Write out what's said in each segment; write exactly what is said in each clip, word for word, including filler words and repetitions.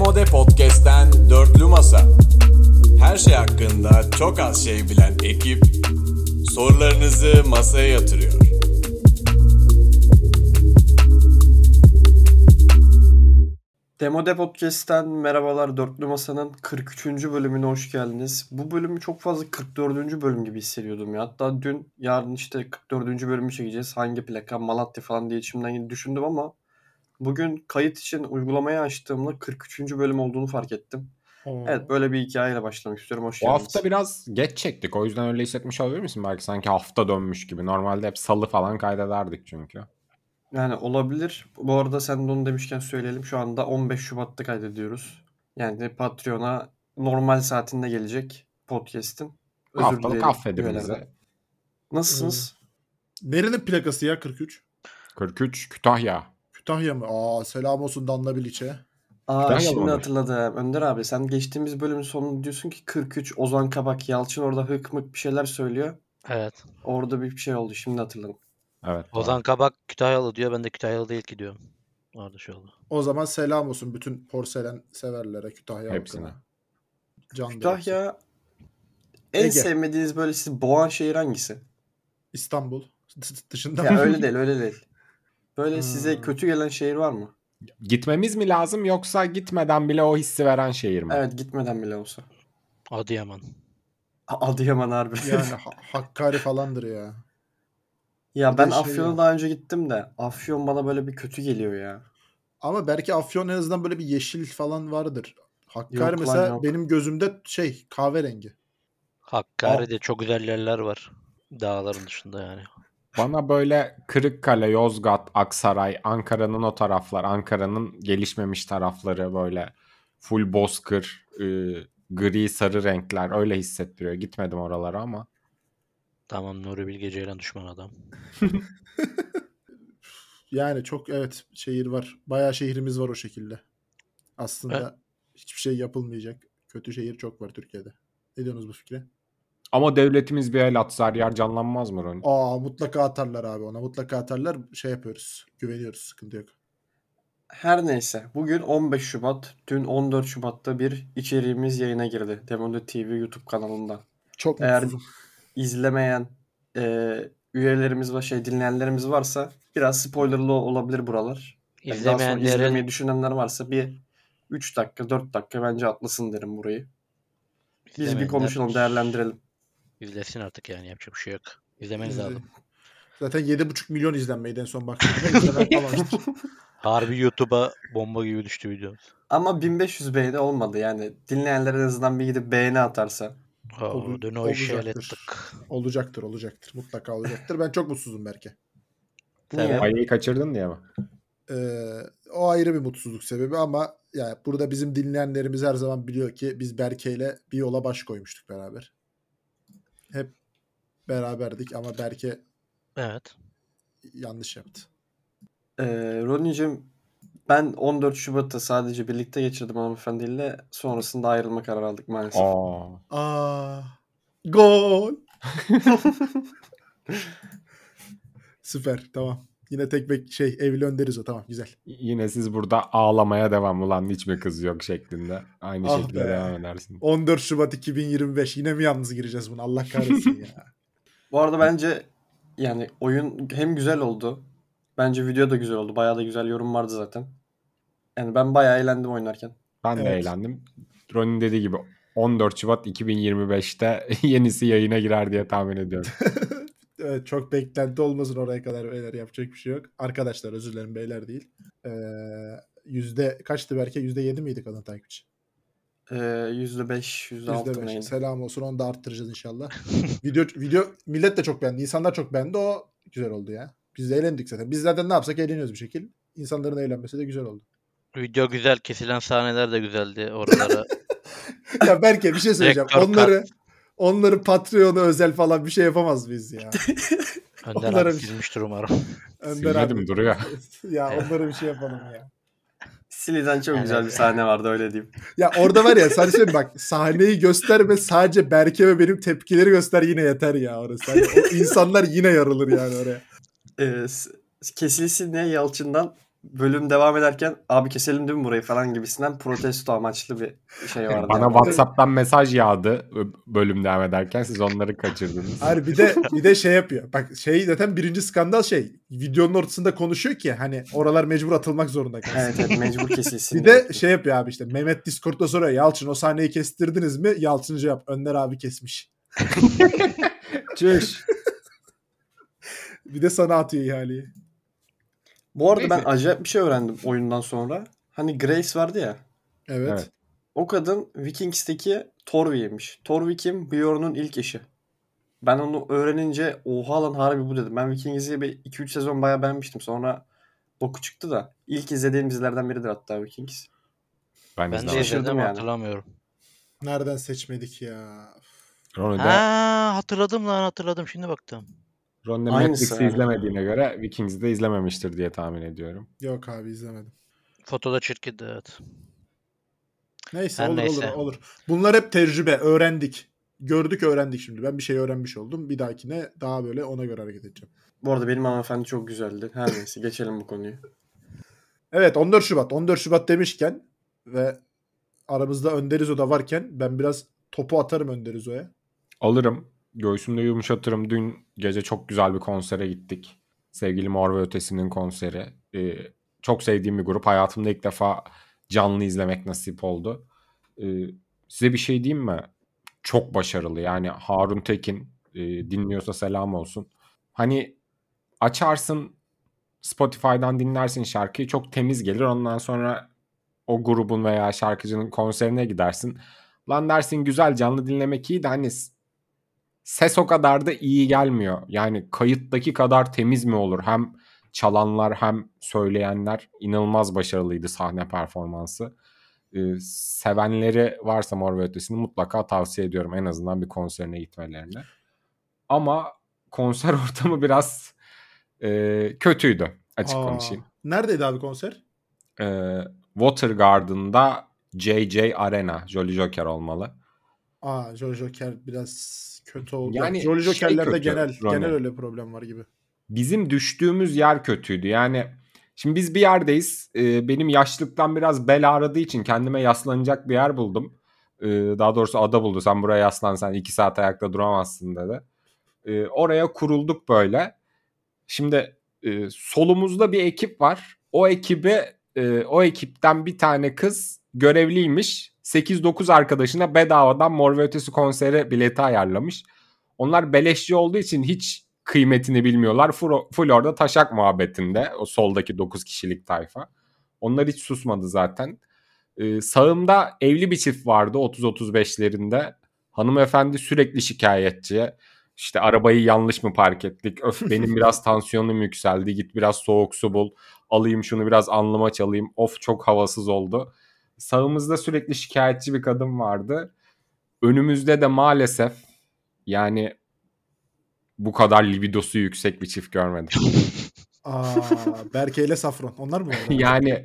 Demode Podcast'ten Dörtlü Masa. Her şey hakkında çok az şey bilen ekip sorularınızı masaya yatırıyor. Demode Podcast'ten merhabalar. Dörtlü Masa'nın kırk üçüncü bölümüne hoş geldiniz. Bu bölümü çok fazla kırk dördüncü bölüm gibi hissediyordum ya. Hatta dün, yarın işte kırk dördüncü bölümü çekeceğiz. Hangi plaka, Malatya falan diye içimden düşündüm ama bugün kayıt için uygulamayı açtığımda kırk üçüncü bölüm olduğunu fark ettim. Oo. Evet, böyle bir hikayeyle başlamak istiyorum. Hoş Bu geldiniz. hafta biraz geç çektik. O yüzden öyle hissetmiş olabilir misin? Belki sanki hafta dönmüş gibi. Normalde hep salı falan kaydederdik çünkü. Yani olabilir. Bu arada sen de onu demişken söyleyelim. Şu anda on beş Şubat'ta kaydediyoruz. Yani Patreon'a normal saatinde gelecek podcast'in. Bu haftalık affedin üyelerden. bizi. Nasılsınız? Nerenin plakası ya kırk üç? kırk üç Kütahya. Kütahya mı? Aa selam olsun Danla Bilic'e. Aa, Kütahyalı şimdi olur. hatırladım. Önder abi, sen geçtiğimiz bölümün sonunda diyorsun ki kırk üç Ozan Kabak, Yalçın orada hık mık bir şeyler söylüyor. Evet. Orada bir şey oldu. Şimdi hatırladım. Evet. Ozan doğru. Kabak Kütahyalı diyor. Ben de Kütahyalı değil ki diyorum. Orada şey oldu. O zaman selam olsun bütün porselen severlere Kütahya Hepsine. halkına. Can Kütahya en Ege. sevmediğiniz böyle sizi boğan şehir hangisi? İstanbul D- dışında Ya mı? öyle değil, öyle değil. Böyle Hmm. size kötü gelen şehir var mı? Gitmemiz mi lazım yoksa gitmeden bile o hissi veren şehir mi? Evet, gitmeden bile olsa. Adıyaman. A- Adıyaman harbi. Yani Ha- Hakkari falandır ya. Ya Bir ben de şey Afyon'a ya. daha önce gittim de Afyon bana böyle bir kötü geliyor ya. Ama belki Afyon en azından böyle bir yeşil falan vardır. Hakkari Yok lan, mesela yok. benim gözümde şey kahverengi. Hakkari'de çok güzel yerler var. Dağların dışında yani. Bana böyle Kırıkkale, Yozgat, Aksaray, Ankara'nın o taraflar, Ankara'nın gelişmemiş tarafları böyle full bozkır, ıı, gri sarı renkler öyle hissettiriyor. Gitmedim oralara ama. Tamam, Nuri Bilge Ceylan düşman adam. Yani çok evet şehir var. Bayağı şehrimiz var o şekilde. Aslında hiçbir şey yapılmayacak. Kötü şehir çok var Türkiye'de. Ne diyorsunuz bu fikre? Ama devletimiz bir el atsa her yer canlanmaz mı Ron? Aa mutlaka atarlar abi ona. Mutlaka atarlar. Şey yapıyoruz. Güveniyoruz. Sıkıntı yok. Her neyse, bugün on beş Şubat, dün on dört Şubat'ta bir içeriğimiz yayına girdi. Demode T V YouTube kanalında. Çok Eğer mutsuzum. izlemeyen e, üyelerimiz ve şey dinleyenlerimiz varsa biraz spoilerlı olabilir buralar. Yani daha sonra izlemeyi İzlemeyenlerin düşünenler varsa bir üç dakika dört dakika bence atlasın derim burayı. Biz bir izlemeyenler konuşalım, değerlendirelim. izlesin artık yani, yapacak bir şey yok. İzlemeniz İzle. lazım. Zaten yedi buçuk milyon izlenmeydi en son baktığımda. İzlemen kalmamıştır. Harbi YouTube'a bomba gibi düştü video. Ama bin beş yüz beğeni olmadı yani. Dinleyenler en azından bir gidip beğeni atarsa. Oo, Olu- dün o işi el olacaktır. ettik. Olacaktır olacaktır. Mutlaka olacaktır. Ben çok mutsuzum Berke. Niye? Sebep? Ayıyı kaçırdın diye mi? Ee, o ayrı bir mutsuzluk sebebi ama yani burada bizim dinleyenlerimiz her zaman biliyor ki biz Berke ile bir yola baş koymuştuk beraber. Hep beraberdik ama Berke Evet. yanlış yaptı. Ee, Ronnie'cim, ben on dört Şubat'ta sadece birlikte geçirdim hanımefendiyle. Sonrasında ayrılma kararı aldık maalesef. Aa. Aa, gol. Süper tamam. Yine tek bek şey evli önderiz o tamam güzel. Yine siz burada ağlamaya devam, ulan hiç mi kız yok şeklinde. Aynı Ah şekilde be. devam edersin. on dört Şubat iki bin yirmi beş yine mi yalnız gireceğiz bunu Allah kahretsin ya. Bu arada bence yani oyun hem güzel oldu. Bence video da güzel oldu. Bayağı da güzel yorum vardı zaten. Yani ben bayağı eğlendim oynarken. Ben de Evet. eğlendim. Ron'un dediği gibi on dört Şubat iki bin yirmi beşte yenisi yayına girer diye tahmin ediyorum. Evet, çok beklenti olmasın oraya kadar beyler yapacak bir şey yok. Arkadaşlar özür dilerim beyler değil. Ee, yüzde kaçtı belki? Yüzde yedi miydi kadın takipçi? Ee, yüzde beş, yüzde altı Yüzde beş. neydi? Selam olsun onu da arttıracağız inşallah. video video millet de çok beğendi. İnsanlar çok beğendi. O güzel oldu ya. Biz de eğlendik zaten. Biz zaten ne yapsak eğleniyoruz bir şekil. İnsanların eğlenmesi de güzel oldu. Video güzel. Kesilen sahneler de güzeldi. Oralara Ya Berke bir şey söyleyeceğim. Rektör Onları onları Patreon'a özel falan bir şey yapamaz mıyız ya? Önder Onlara abi bir şey- silmiştir umarım. Önder Silmedim, abi. duruyor. Ya onlara bir şey yapalım ya. Siliden çok Evet. güzel bir sahne vardı, öyle diyeyim. Ya orada var ya sadece söyleyeyim bak sahneyi gösterme sadece Berke ve benim tepkileri göster yine yeter ya orası. Hani o insanlar yine yarılır yani oraya. Ee, s- kesilsin diye Yalçın'dan bölüm devam ederken abi keselim değil mi burayı falan gibisinden protesto amaçlı bir şey vardı. Bana yani. WhatsApp'tan mesaj yağdı bölüm devam ederken, siz onları kaçırdınız. Hayır bir de bir de şey yapıyor. Bak şey zaten birinci skandal şey. Videonun ortasında konuşuyor ki hani oralar mecbur atılmak zorunda kalsın. Evet evet mecbur kesilsin. Bir diye. de şey yapıyor abi işte Mehmet Discord'da soruyor Yalçın o sahneyi kestirdiniz mi? Yalçın cevap Önder abi kesmiş. Çüş. Bir de sana atıyor ihaleyi. Bu arada ben Neyse. acayip bir şey öğrendim oyundan sonra. Hani Grace vardı ya. Evet. Evet. O kadın Vikings'teki Torvi'ymiş. Torvi kim? Bjorn'un ilk eşi. Ben onu öğrenince oha lan harbi bu dedim. Ben Vikings'i bir iki üç sezon bayağı beğenmiştim. Sonra boku çıktı da. İlk izlediğim dizilerden biridir hatta Vikings. Ben, Ben de izlemedim. şaşırdım izledim yani. hatırlamıyorum. Nereden seçmedik ya? Ronnie de, Ha hatırladım lan hatırladım şimdi baktım. Ronnie Aynısı Matrix'i yani. izlemediğine göre Vikings'i de izlememiştir diye tahmin ediyorum. Yok abi izlemedim. Fotoda çirkindi evet. Neyse Her olur neyse. olur olur. Bunlar hep tecrübe. Öğrendik. Gördük öğrendik şimdi. Ben bir şey öğrenmiş oldum. Bir dahakine daha böyle ona göre hareket edeceğim. Bu arada benim hanımefendi çok güzeldi. Her neyse geçelim bu konuyu. Evet on dört Şubat. on dört Şubat demişken ve aramızda Önder İzo da varken ben biraz topu atarım Önder İzo'ya. Alırım. Göğsümde yumuşatırım. Dün gece çok güzel bir konsere gittik. Sevgili Mor ve Ötesi'nin konseri. Ee, çok sevdiğim bir grup. Hayatımda ilk defa canlı izlemek nasip oldu. Ee, size bir şey diyeyim mi? Çok başarılı. Yani Harun Tekin e, dinliyorsa selam olsun. Hani açarsın Spotify'dan dinlersin şarkıyı. Çok temiz gelir. Ondan sonra o grubun veya şarkıcının konserine gidersin. Lan dersin güzel canlı dinlemek iyi de hani ses o kadar da iyi gelmiyor. Yani kayıttaki kadar temiz mi olur? Hem çalanlar hem söyleyenler inanılmaz başarılıydı sahne performansı. Ee, sevenleri varsa Mor ve Ötesi'ni mutlaka tavsiye ediyorum en azından bir konserine gitmelerini. Ama konser ortamı biraz e, kötüydü açık Aa, konuşayım. neredeydi abi konser? Ee, Water Garden'da J J Arena, Jolly Joker olmalı. Aa Jolly Joker biraz kötü oldu. Yani Jolly şey Joker'lerde kötü, genel Ronnie. genel öyle problem var gibi. Bizim düştüğümüz yer kötüydü. Yani şimdi biz bir yerdeyiz. Ee, benim yaşlıktan biraz bel ağrıdığı için kendime yaslanacak bir yer buldum. Ee, daha doğrusu ada buldu. Sen buraya yaslan, sen iki saat ayakta duramazsın dedi. Ee, oraya kurulduk böyle. Şimdi e, solumuzda bir ekip var. O ekibi e, o ekipten bir tane kız görevliymiş. sekiz dokuz arkadaşına bedavadan Mor ve Ötesi konseri bileti ayarlamış. Onlar beleşçi olduğu için hiç kıymetini bilmiyorlar. Full, full orada taşak muhabbetinde o soldaki dokuz kişilik tayfa. Onlar hiç susmadı zaten. Ee, sağımda evli bir çift vardı otuz otuz beşlerinde. Hanımefendi sürekli şikayetçi. İşte arabayı yanlış mı park ettik? Öf benim biraz tansiyonum yükseldi. Git biraz soğuk su bul. Alayım şunu biraz alnıma çalayım. Of çok havasız oldu. Sağımızda sürekli şikayetçi bir kadın vardı. Önümüzde de maalesef yani bu kadar libidosu yüksek bir çift görmedim. Aa Berke ile Safron. Onlar mı orada? Yani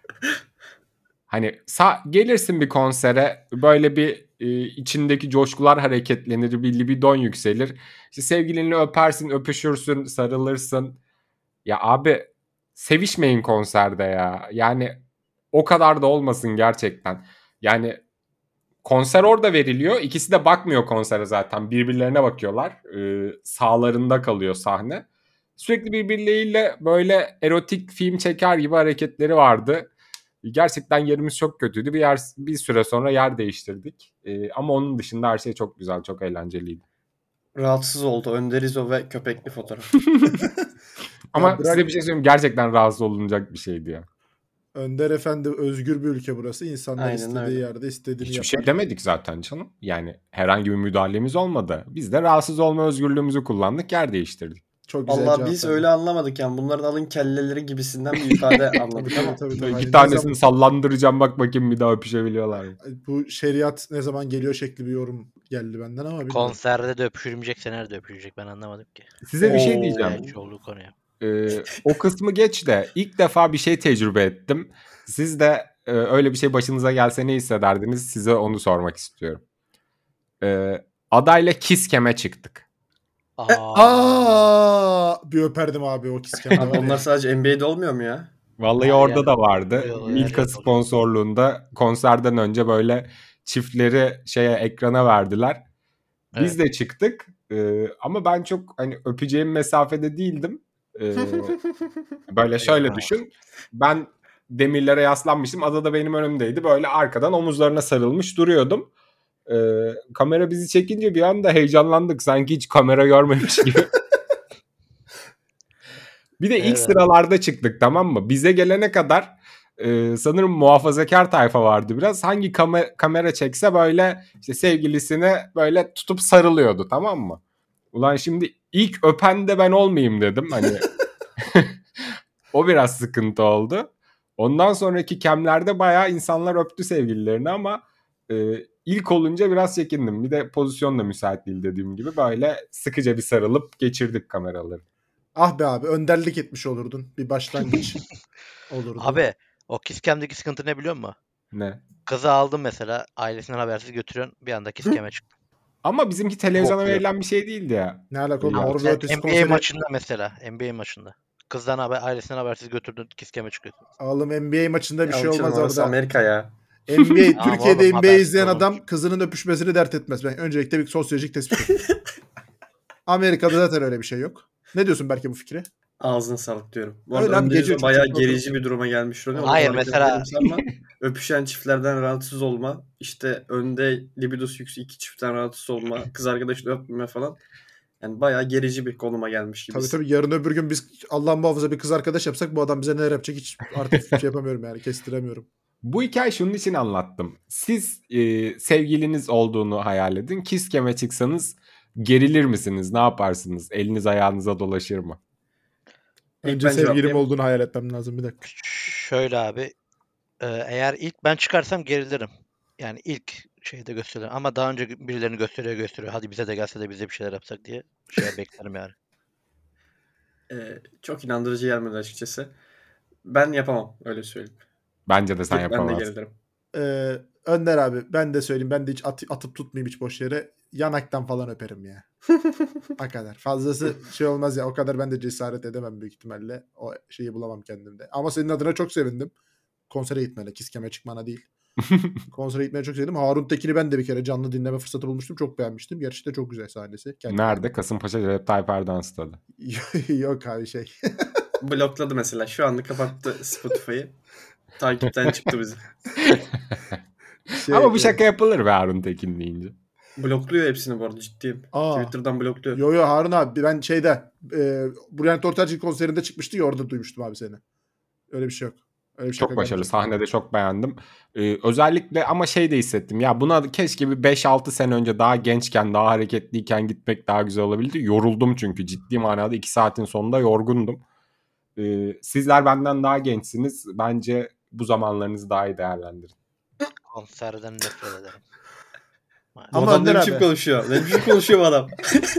hani sa- gelirsin bir konsere böyle bir e, içindeki coşkular hareketlenir, bir libidon yükselir. İşte sevgilinle öpersin, öpüşürsün, sarılırsın. Ya abi sevişmeyin konserde ya. Yani o kadar da olmasın gerçekten. Yani konser orada veriliyor. İkisi de bakmıyor konsere zaten. Birbirlerine bakıyorlar. Ee, sağlarında kalıyor sahne. Sürekli birbirleriyle böyle erotik film çeker gibi hareketleri vardı. Gerçekten yerimiz çok kötüydü. Bir yer bir süre sonra yer değiştirdik. Ee, ama onun dışında her şey çok güzel, çok eğlenceliydi. Rahatsız oldu Önder İzo ve köpekli fotoğraf. Ama Ya bırak- size bir şey söyleyeyim, gerçekten rahatsız olunacak bir şeydi ya. Önder Efendi özgür bir ülke burası. İnsanlar Aynen istediği öyle. yerde istediğini Hiçbir yapar. şey demedik zaten canım. Yani herhangi bir müdahalemiz olmadı. Biz de rahatsız olma özgürlüğümüzü kullandık, yer değiştirdik. Çok güzel Vallahi cevap biz verdin. öyle anlamadık yani. Bunların alın kelleleri gibisinden bir ifade anladık Tabii, ama. tabii, tabii. İki Hani ne tanesini zaman- sallandıracağım, bak bakayım bir daha öpüşebiliyorlar mı? bu şeriat ne zaman geliyor şekli bir yorum geldi benden ama bilmiyorum. Konserde de öpüşülmeyecekse nerede öpüşülecek ben anlamadım ki. Size bir şey Oo. diyeceğim. Gerçi olduğu konuya. Ee, o kısmı geç de ilk defa bir şey tecrübe ettim. Siz de e, öyle bir şey başınıza gelse ne hissederdiniz? Size onu sormak istiyorum. Ee, adayla kiskeme çıktık. Aa, Aa, bir öperdim abi o kiskemi. Abi onlar sadece N B A'de olmuyor mu ya? Vallahi Her orada yer da vardı. oluyor, her Milka yer oluyor. sponsorluğunda konserden önce böyle çiftleri şeye ekrana verdiler. Biz Evet. de çıktık. Ee, ama ben çok hani öpeceğim mesafede değildim. Ee, böyle şöyle Eyvah. düşün. Ben demirlere yaslanmıştım. Ada da benim önümdeydi. Böyle arkadan omuzlarına sarılmış duruyordum. Ee, kamera bizi çekince bir anda heyecanlandık. Sanki hiç kamera görmemiş gibi. Bir de ilk Evet. sıralarda çıktık, tamam mı? Bize gelene kadar e, sanırım muhafazakar tayfa vardı biraz. Hangi kame- kamera çekse böyle işte sevgilisine böyle tutup sarılıyordu, tamam mı? Ulan şimdi ilk öpen de ben olmayayım dedim. Hani o biraz sıkıntı oldu. Ondan sonraki kemlerde bayağı insanlar öptü sevgililerini ama e, ilk olunca biraz çekindim. Bir de pozisyon da müsait değil dediğim gibi. Böyle sıkıca bir sarılıp geçirdik kameraları. Ah be abi, önderlik etmiş olurdun. Bir başlangıç olurdu. Abi o Kiskem'deki sıkıntı ne biliyor musun? Ne? Kızı aldın mesela, ailesinden habersiz götürüyorsun, bir anda Kiskem'e çıktı. Ama bizimki televizyona Bokluyor. verilen bir şey değildi ya. Ne alaka oğlum? Ya, Mor ve Sen Ötesi N B A konseri. maçında mesela, N B A maçında. Kızdan haber, ailesinden habersiz götürdün, Kiskem'e çıkıyorsun. Oğlum N B A maçında bir şey Yalçın olmaz orası orada. Amerika ya. N B A, Tamam Türkiye'de oğlum, N B A habersiz izleyen olunca. adam kızının öpüşmesini dert etmez. Ben öncelikle bir sosyolojik tespit yapayım. Amerika'da zaten öyle bir şey yok. Ne diyorsun belki bu fikre? Ağzına sağlık diyorum. Bu Öyle arada abi, Önder gece İzo bayağı çocuk gerici oturup- bir duruma gelmiş Roni. Onu Hayır, fark mesela- etmedim ama öpüşen çiftlerden rahatsız olma, işte önde libidosu yüksek iki çiftten rahatsız olma, kız arkadaşını öpmeme falan. Yani bayağı gerici bir konuma gelmiş gibi. Tabii tabii, yarın öbür gün biz Allah muhafaza bir kız arkadaş yapsak bu adam bize neler yapacak hiç artık şey yapamıyorum yani, kestiremiyorum. Bu hikayeyi şunun için anlattım. Siz e, sevgiliniz olduğunu hayal edin. Kiskem'e çıksanız gerilir misiniz? Ne yaparsınız? Eliniz ayağınıza dolaşır mı? İlk Önce ben sevgilim cevaplayayım. olduğunu hayal etmem lazım, bir dakika. Şöyle abi, e, eğer ilk ben çıkarsam gerilirim. Yani ilk şeyde gösteririm. Ama daha önce birilerini gösteriyor gösteriyor. Hadi bize de gelse de bize bir şeyler yapsak diye şeye beklerim yani. Ee, çok inandırıcı gelmedi açıkçası. Ben yapamam, öyle söyleyeyim. Bence de sen Tek ben de yapamazsın. gerilirim. Ee, Önder abi, ben de söyleyeyim, ben de hiç at- atıp tutmayayım hiç boş yere. Yanaktan falan öperim ya. O kadar. Fazlası şey olmaz ya, o kadar ben de cesaret edemem büyük ihtimalle. O şeyi bulamam kendimde. Ama senin adına çok sevindim. Konsere gitmene, Kiskem'e çıkmana değil. Konsere gitmeye çok sevdim. Harun Tekin'i ben de bir kere canlı dinleme fırsatı bulmuştum. Çok beğenmiştim. Gerçekten çok güzel sahnesi. Kendine. Nerede? Kasımpaşa Recep Tayyip Erdoğan stadı. Yok abi şey. Blokladı mesela. Şu anda kapattı Spotify'ı. Takipten çıktı bizi. şey Ama bu e, şaka yapılır be Harun Tekin deyince. Blokluyor hepsini bu arada, ciddiyim. Aa. Twitter'dan blokluyor. Yo yo Harun abi, ben şeyde e, Bülent Ortaçgil konserinde çıkmıştı ya, orada duymuştum abi seni. Öyle bir şey yok. Öyle bir şaka Çok başarılı. gelmeyecek. Sahnede çok beğendim. Ee, özellikle ama şey de hissettim. Ya buna keşke bir beş altı sene önce daha gençken, daha hareketliyken gitmek daha güzel olabildi. Yoruldum çünkü. Ciddi manada iki saatin sonunda yorgundum. Ee, sizler benden daha gençsiniz. Bence bu zamanlarınızı daha iyi değerlendirin. Konserden nefret ederim. Bu Ama adam ne Önder biçim abi. konuşuyor? Ne biçim konuşuyor bu adam?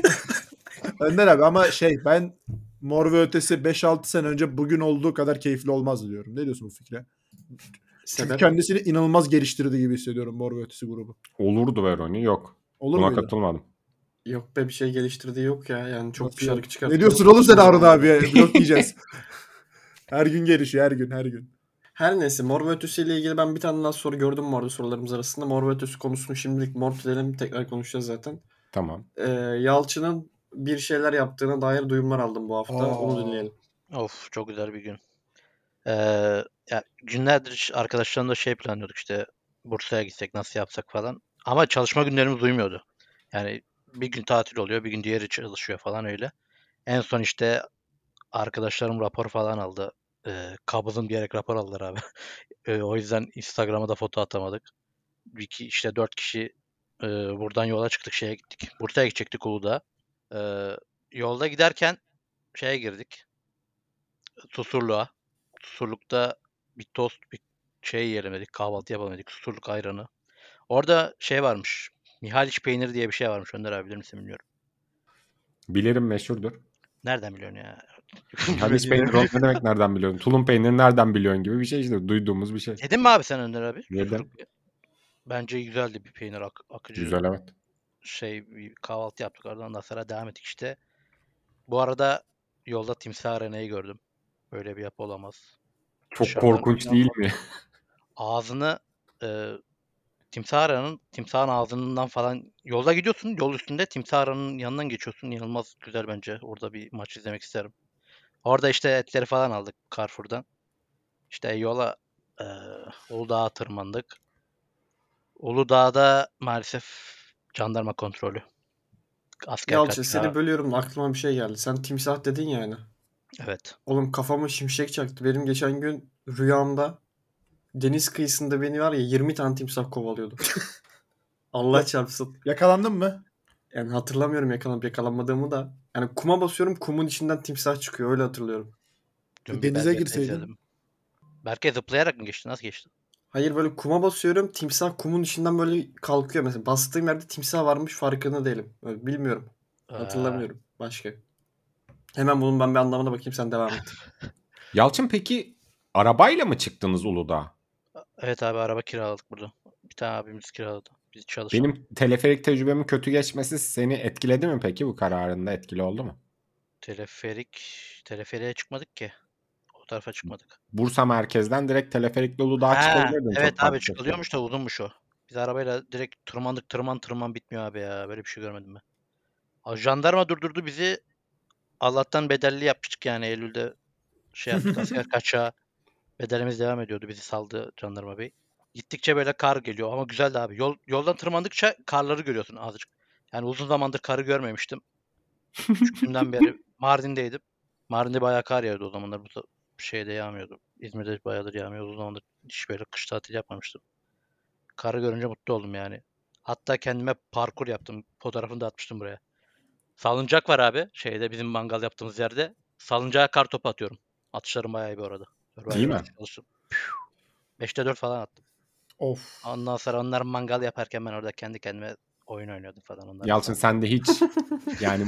Önder abi ama şey, ben Mor ve Ötesi beş altı sene önce bugün olduğu kadar keyifli olmazdı diyorum. Ne diyorsun bu fikre? Çünkü Sebep? kendisini inanılmaz geliştirdi gibi hissediyorum Mor ve Ötesi grubu. Olurdu Veroni. Yok. Olur Buna muydu? katılmadım. Yok be, bir şey geliştirdiği yok ya. Yani çok Nasıl bir şarkı yok? çıkarttı. Ne diyorsun oğlum sen Harun abiye? Blok yiyeceğiz. Her gün gelişiyor, her gün her gün. Her neyse, Mor ve Ötesi ile ilgili ben bir tane daha soru gördüm bu arada sorularımız arasında. Mor ve Ötesi konusunu şimdilik mort edelim, tekrar konuşacağız zaten. Tamam. Ee, Yalçın'ın bir şeyler yaptığına dair duyumlar aldım bu hafta. Aa. Onu dinleyelim. Of, çok güzel bir gün. Ee, ya günlerdir arkadaşlarımla şey planlıyorduk, işte Bursa'ya gitsek nasıl yapsak falan. Ama çalışma günlerimiz uymuyordu. Yani bir gün tatil oluyor, bir gün diğeri çalışıyor falan öyle. En son işte arkadaşlarım rapor falan aldı. Ee, kabızım diyerek rapor aldılar abi. Ee, o yüzden Instagram'a da foto atamadık. Bir ki işte dört kişi e, buradan yola çıktık, şeye gittik. Bursa'ya gidecektik, Uludağ'a. Ee, yolda giderken şeye girdik. Susurluğa. Susurluk'ta bir tost, bir şey yiyelim dedik. Kahvaltı yapalım dedik. Susurluk ayranı. Orada şey varmış. Mihaliç peyniri diye bir şey varmış. Önder abi bilir misin bilmiyorum. Bilirim, meşhurdur. Nereden biliyorsun ya? Haliç peyniri onu ne demek nereden biliyorsun? Tulum peyniri nereden biliyorsun gibi bir şey işte. Duyduğumuz bir şey. Yedin mi abi sen Önder abi? Yedim. Susurluk. Bence güzeldi bir peynir, ak- akıcı. Güzel, evet. Şey, bir kahvaltı yaptık, oradan da sonra devam ettik işte. Bu arada yolda timsah arenayı gördüm. Böyle bir yapı olamaz. Çok Dışarıdan korkunç değil mi? ağzını e, timsah aranın timsahın ağzından falan yolda gidiyorsun. Yol üstünde timsah aranın yanından geçiyorsun. İnanılmaz güzel bence. Orada bir maç izlemek isterim. Orada işte etleri falan aldık Carrefour'dan. İşte yola e, Uludağ'a tırmandık. Uludağ'da maalesef jandarma kontrolü. Asker Yalçın seni kaçağı. bölüyorum da aklıma bir şey geldi. Sen timsah dedin ya yani. Evet. Oğlum kafama şimşek çaktı. Benim geçen gün rüyamda deniz kıyısında beni var ya yirmi tane timsah kovalıyordu. Allah çarpsın. Yakalandın mı? Yani hatırlamıyorum yakalanıp yakalanmadığımı da. Yani kuma basıyorum kumun içinden timsah çıkıyor öyle hatırlıyorum. Dün bir Denize belgesel girseydin. izledim. Berke zıplayarak mı geçti? Nasıl geçti? Hayır böyle kuma basıyorum timsah kumun içinden böyle kalkıyor mesela. Bastığım yerde timsah varmış farkında değilim. Böyle bilmiyorum. Aa, Hatırlamıyorum. Başka. Hemen bunun ben bir anlamına bakayım sen devam et. Yalçın peki arabayla mı çıktınız Uludağ'a? evet abi araba kiraladık burada. Bir tane abimiz kiraladı. Biz çalışalım. Benim teleferik tecrübemin kötü geçmesi seni etkiledi mi peki, bu kararında etkili oldu mu? Teleferik, teleferiğe çıkmadık ki. O tarafa çıkmadık. Bursa merkezden direkt teleferikle Uludağ'a Ha, çıkabilirdin. evet Çok fazla abi şey yok. çıkılıyormuş da uzunmuş o. Biz arabayla direkt tırmandık tırman tırman bitmiyor abi ya. Böyle bir şey görmedim ben. Aa, jandarma durdurdu bizi. Allah'tan bedelli yapmıştık yani Eylül'de şey yaptık asker kaçağı. Bedelimiz devam ediyordu. Bizi saldı jandarma bey. Gittikçe böyle kar geliyor ama güzeldi abi. Yol, yoldan tırmandıkça karları görüyorsun azıcık. Yani uzun zamandır karı görmemiştim. Küçüklüğümden beri Mardin'deydim. Mardin'de bayağı kar yağıyordu o zamanlar. Bu da şeyde yağmıyordu. İzmir'de bayağıdır yağmıyor. Uzun zamandır hiç böyle kış tatili yapmamıştım. Karı görünce mutlu oldum yani. Hatta kendime parkur yaptım. Fotoğrafını da atmıştım buraya. Salıncak var abi. Şeyde bizim mangal yaptığımız yerde. Salıncağa kar topu atıyorum. Atışlarım bayağı iyi bu arada. Bayağı İyi mi? biraz çalıştım. beşte dört falan attım. Of. Ondan sonra onlar mangal yaparken ben orada kendi kendime oyun oynuyordum falan. Onları Yalçın falan. sende hiç yani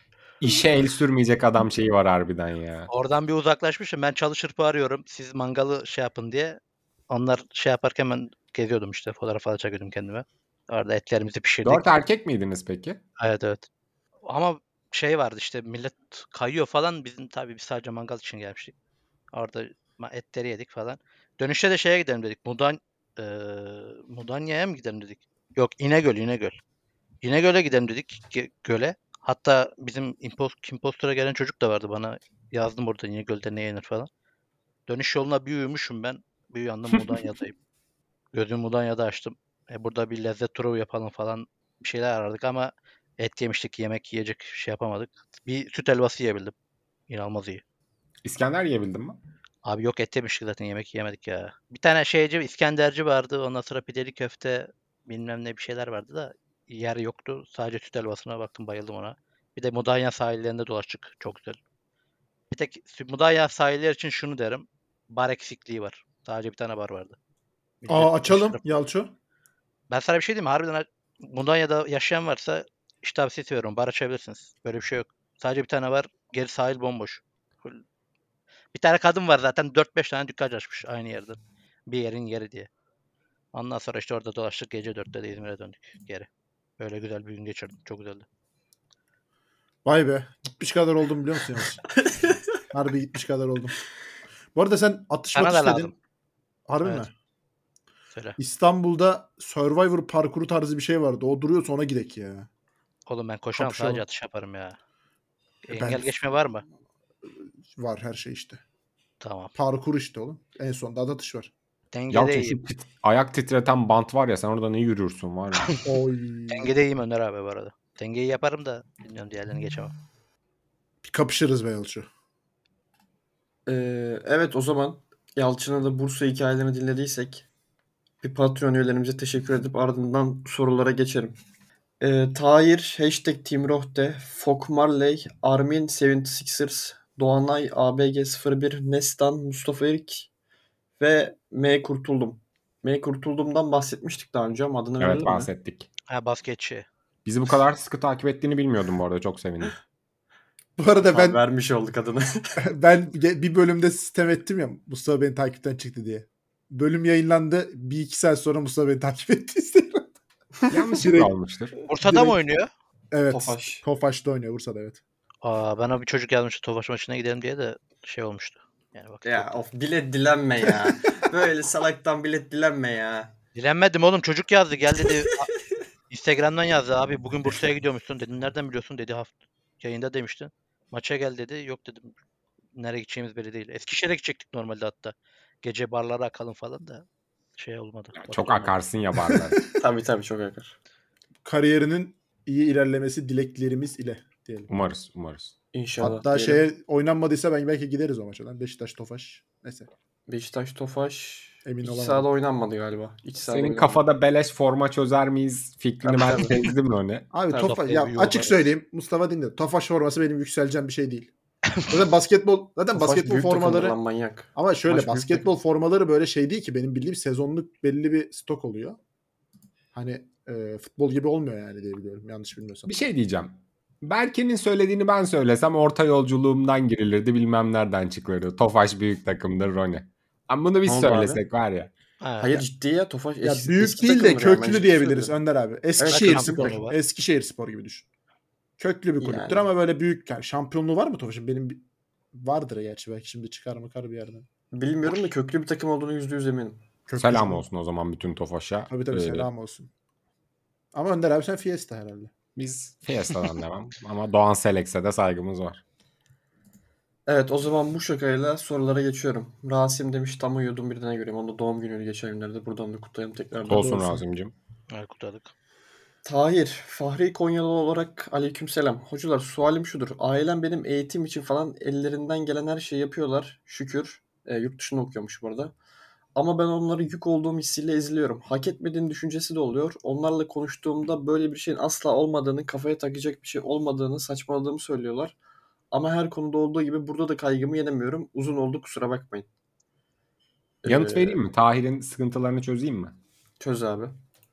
işe el sürmeyecek adam şeyi var harbiden ya. Oradan bir uzaklaşmışım. Ben çalışırpı arıyorum. Siz mangalı şey yapın diye. Onlar şey yaparken ben geziyordum işte. Fotoğraf falan çekiyordum kendime. Orada etlerimizi pişirdik. Dört erkek miydiniz peki? Evet evet. Ama şey vardı işte millet kayıyor falan. Bizim tabii biz sadece mangal için gelmiştik. Orada ma- etleri yedik falan. Dönüşte de şeye gidelim dedik. Mudan eee Mudanya'ya mı gidelim dedik. Yok İnegöl İnegöl. İnegöl'e gidelim dedik ge- göle. Hatta bizim impos impostora gelen çocuk da vardı bana. Yazdım burada İnegöl'de ne yenir falan. Dönüş yoluna bir uyumuşum ben. Bir uyandım Mudanya'dayım. Gözümü Mudanya'da açtım. E burada bir lezzet turu yapalım falan bir şeyler aradık ama et yemiştik. Yemek yiyecek şey yapamadık. Bir süt helvası yiyebildim. İnanılmaz iyi. İskender yiyebildin mi? Abi yok et yemiştik zaten yemek yemedik ya. Bir tane şeyci İskenderci vardı. Ondan sonra pideli köfte bilmem ne bir şeyler vardı da yer yoktu. Sadece süt helvasına baktım bayıldım ona. Bir de Mudanya sahillerinde dolaştık. Çok güzel. Bir tek Mudanya sahilleri için şunu derim. Bar eksikliği var. Sadece bir tane bar vardı. Millet Aa açalım dışarı- Yalço. Ben sana bir şey diyeyim mi? Harbiden Mudanya'da yaşayan varsa işte tavsiye ediyorum. Bar açabilirsiniz. Böyle bir şey yok. Sadece bir tane var. Geri sahil bomboş. Full- Bir tane kadın var zaten dört beş tane dükkan açmış aynı yerde. Bir yerin yeri diye. Ondan sonra işte orada dolaştık. Gece dörtte de İzmir'e döndük geri. Böyle güzel bir gün geçirdim. Çok güzeldi. Vay be. Gitmiş kadar oldum biliyor musun Yalçın? Harbi gitmiş kadar oldum. Bu arada sen atış Sana matış da dedin. lazım. Harbi Evet. mi? Söyle. İstanbul'da Survivor parkuru tarzı bir şey vardı. O duruyorsa ona gidek ya. Oğlum ben koşamam Kapışalım. sadece atış yaparım ya. E Engel ben- geçme var mı? Var her şey işte. Tamam. Parkur işte oğlum. En sonunda da atış var. Dengede Yalçın iyiyim. şu tit- ayak titreten bant var ya, sen orada ne yürürsün var ya. Oy. Dengede iyiyim Önder abi bu arada. Dengeyi yaparım da bilmiyorum diğerlerini geçemem. Bir kapışırız be Yalço. Ee, evet o zaman Yalçın'a da Bursa hikayelerini dinlediysek bir Patreon üyelerimize teşekkür edip ardından sorulara geçerim. Ee, Tahir, hashtag Team Rohde, Fok Marley, Armin yetmiş altı ers, Doğanay, A B G sıfır bir, Nestan, Mustafa İlk ve M Kurtuldum. M Kurtuldum'dan bahsetmiştik daha önce ama adını Evet, verelim mi? bahsettik. Ha basketçi. Bizi bu kadar sıkı takip ettiğini bilmiyordum bu arada, çok sevindim. Bu arada Tamam, ben vermiş olduk adını. ben ge- bir bölümde sistem ettim ya Mustafa beni takipten çıktı diye. Bölüm yayınlandı. Bir iki saat sonra Mustafa beni takip etti Instagram'da. Yanlışlıkla Direkt- olmuştur. Bursa'da Direkt- mı oynuyor? Evet. Tofaş. Tofaş'ta oynuyor Bursa'da evet. Aa, bana bir çocuk yazmıştı Tofaş maçına gidelim diye de şey olmuştu. Yani vakit Ya yoktu. of bilet dilenme ya. Böyle salaktan bilet dilenme ya. Dilenmedim oğlum, çocuk yazdı gel dedi. A- Instagram'dan yazdı abi, bugün Bursa'ya gidiyormuşsun dedim. Nereden biliyorsun dedi, hafta yayında demiştin. Maça gel dedi. Yok dedim. Nereye gideceğimiz belli değil. Eskişehir'e gidecektik normalde hatta. Gece barlara akalım falan da şey olmadı. Ya Vakit çok olmadı. akarsın ya barlara. Tabii tabii çok akar. Kariyerinin iyi ilerlemesi dileklerimiz ile diyelim. Umarız, umarız. İnşallah Hatta diyelim. şeye oynanmadıysa ben belki gideriz o maça lan. Beşiktaş Tofaş. Neyse. Beşiktaş Tofaş Emin iç olamadım. sahada oynanmadı galiba. İç sahada Senin oynanmadı. kafada beleş forma çözer miyiz fikrini Tabii, ben tabii. sezdim onu. Abi Tabii. Tofaş Sofraya ya bir açık yollarız. söyleyeyim. Mustafa dinle. Tofaş forması benim yükseleceğim bir şey değil. Zaten basketbol zaten Tofaş basketbol büyük takımdır formaları lan, manyak. ama şöyle Tofaş büyük basketbol formaları böyle şey değil ki, benim bildiğim sezonluk belli bir stok oluyor. Hani e, futbol gibi olmuyor yani diye biliyorum. Yanlış bilmiyorsam. Bir şey diyeceğim. Berke'nin söylediğini ben söylesem orta yolculuğumdan girilirdi, bilmem nereden çıkılırdı. Tofaş büyük takımdır Roni. Ama bunu biz Ne oldu abi? söylesek var ya. Ha, Hayır ciddi ya Tofaş Ya eski, büyük eski değil de takımdır yani, ben köklü ciddi diyebiliriz söylüyorum. Önder abi. Evet, Eskişehir kaç Spor. şampiyonu var? Eskişehir Spor gibi düşün. Köklü bir kulüptür Yani. ama böyle büyük yani şampiyonluğu var mı Tofaş'ın? Benim bir- vardır gerçi, belki şimdi çıkar mı kar bir yerden. Bilmiyorum da köklü bir takım olduğunu yüzde yüz eminim. Köklü Selam canım. olsun o zaman bütün Tofaş'a. Tabii tabii Ee, selam olsun. Ama Önder abi sen Fiesta herhalde. Biz Fiesta'dan devam. Ama Doğan Selex'e de saygımız var. Evet, o zaman bu şakayla sorulara geçiyorum. Rasim demiş tam uyuyordum birine göreyim. Onun da doğum günüydü geçen günlerde. Buradan da kutlayalım tekrardan. Olsun olsun. Razim'cim. evet, kutladık. Tahir, Fahri Konyalı olarak aleykümselam. Hocalar, sualim şudur. Ailem benim eğitim için falan ellerinden gelen her şeyi yapıyorlar. Şükür. E, yurt dışında okuyormuş bu arada. Ama ben onlara yük olduğum hissiyle eziliyorum. Hak etmediğin düşüncesi de oluyor. Onlarla konuştuğumda böyle bir şeyin asla olmadığını, kafaya takacak bir şey olmadığını, saçmaladığımı söylüyorlar. Ama her konuda olduğu gibi burada da kaygımı yenemiyorum. Uzun oldu, kusura bakmayın. Yanıt Ee, vereyim mi? Tahir'in sıkıntılarını çözeyim mi? Çöz abi.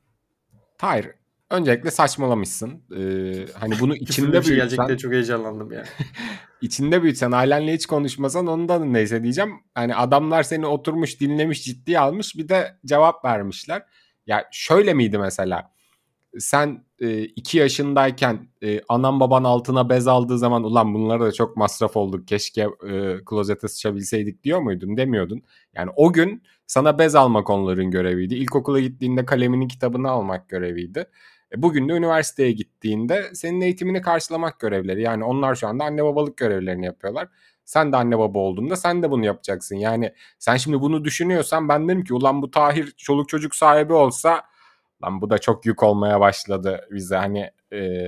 Tahir, öncelikle saçmalamışsın. Ee, hani bunu Küfürlü bir içinde şey gelecek diye büyütsen, çok heyecanlandım yani. içinde büyütsen, ailenle hiç konuşmasan ondan neyse diyeceğim. Hani adamlar seni oturmuş, dinlemiş, ciddiye almış, bir de cevap vermişler. Ya şöyle miydi mesela? Sen e, iki yaşındayken e, anan baban altına bez aldığı zaman ulan bunlara da çok masraf olduk, keşke e, klozete sıçabilseydik diyor muydun? Demiyordun. Yani o gün sana bez almak onların göreviydi. İlkokula gittiğinde kalemini kitabını almak göreviydi. E, bugün de üniversiteye gittiğinde senin eğitimini karşılamak görevleri. Yani onlar şu anda anne babalık görevlerini yapıyorlar. Sen de anne baba olduğunda sen de bunu yapacaksın. Yani sen şimdi bunu düşünüyorsan ben derim ki ulan bu Tahir çoluk çocuk sahibi olsa lan bu da çok yük olmaya başladı bize. Hani e,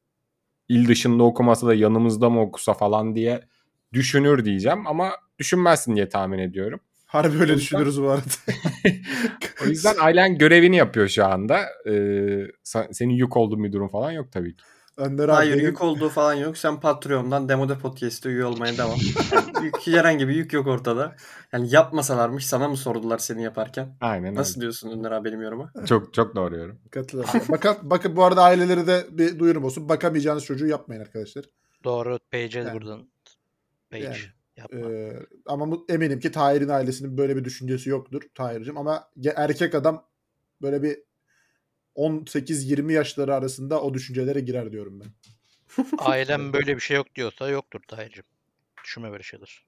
il dışında okumasa da yanımızda mı okusa falan diye düşünür diyeceğim. Ama düşünmezsin diye tahmin ediyorum. Harbi öyle O yüzden- düşünürüz bu arada. O yüzden ailen görevini yapıyor şu anda. E, sen- senin yük olduğun bir durum falan yok tabii ki. Önder abi Hayır, benim- yük olduğu falan yok. Sen Patreon'dan Demode Podcast'te üye olmaya devam. Yani yük, herhangi bir yük yok ortada. Yani yapmasalarmış sana mı sordular seni yaparken? Aynen öyle. Nasıl diyorsun Önder abi benim yoruma? Çok çok doğru yorum. Katılıyorum. Bakın, bakın bu arada aileleri de bir duyurum olsun. Bakamayacağınız çocuğu yapmayın arkadaşlar. Doğru. Page'e Yani. buradan. Page. Yani. Yapma. Ee, ama bu- eminim ki Tahir'in ailesinin böyle bir düşüncesi yoktur Tahir'cim. Ama ge- erkek adam böyle bir on sekiz yirmi yaşları arasında o düşüncelere girer diyorum ben. Ailem böyle bir şey yok diyorsa yoktur Tahir'cim. Düşünme böyle şeyler.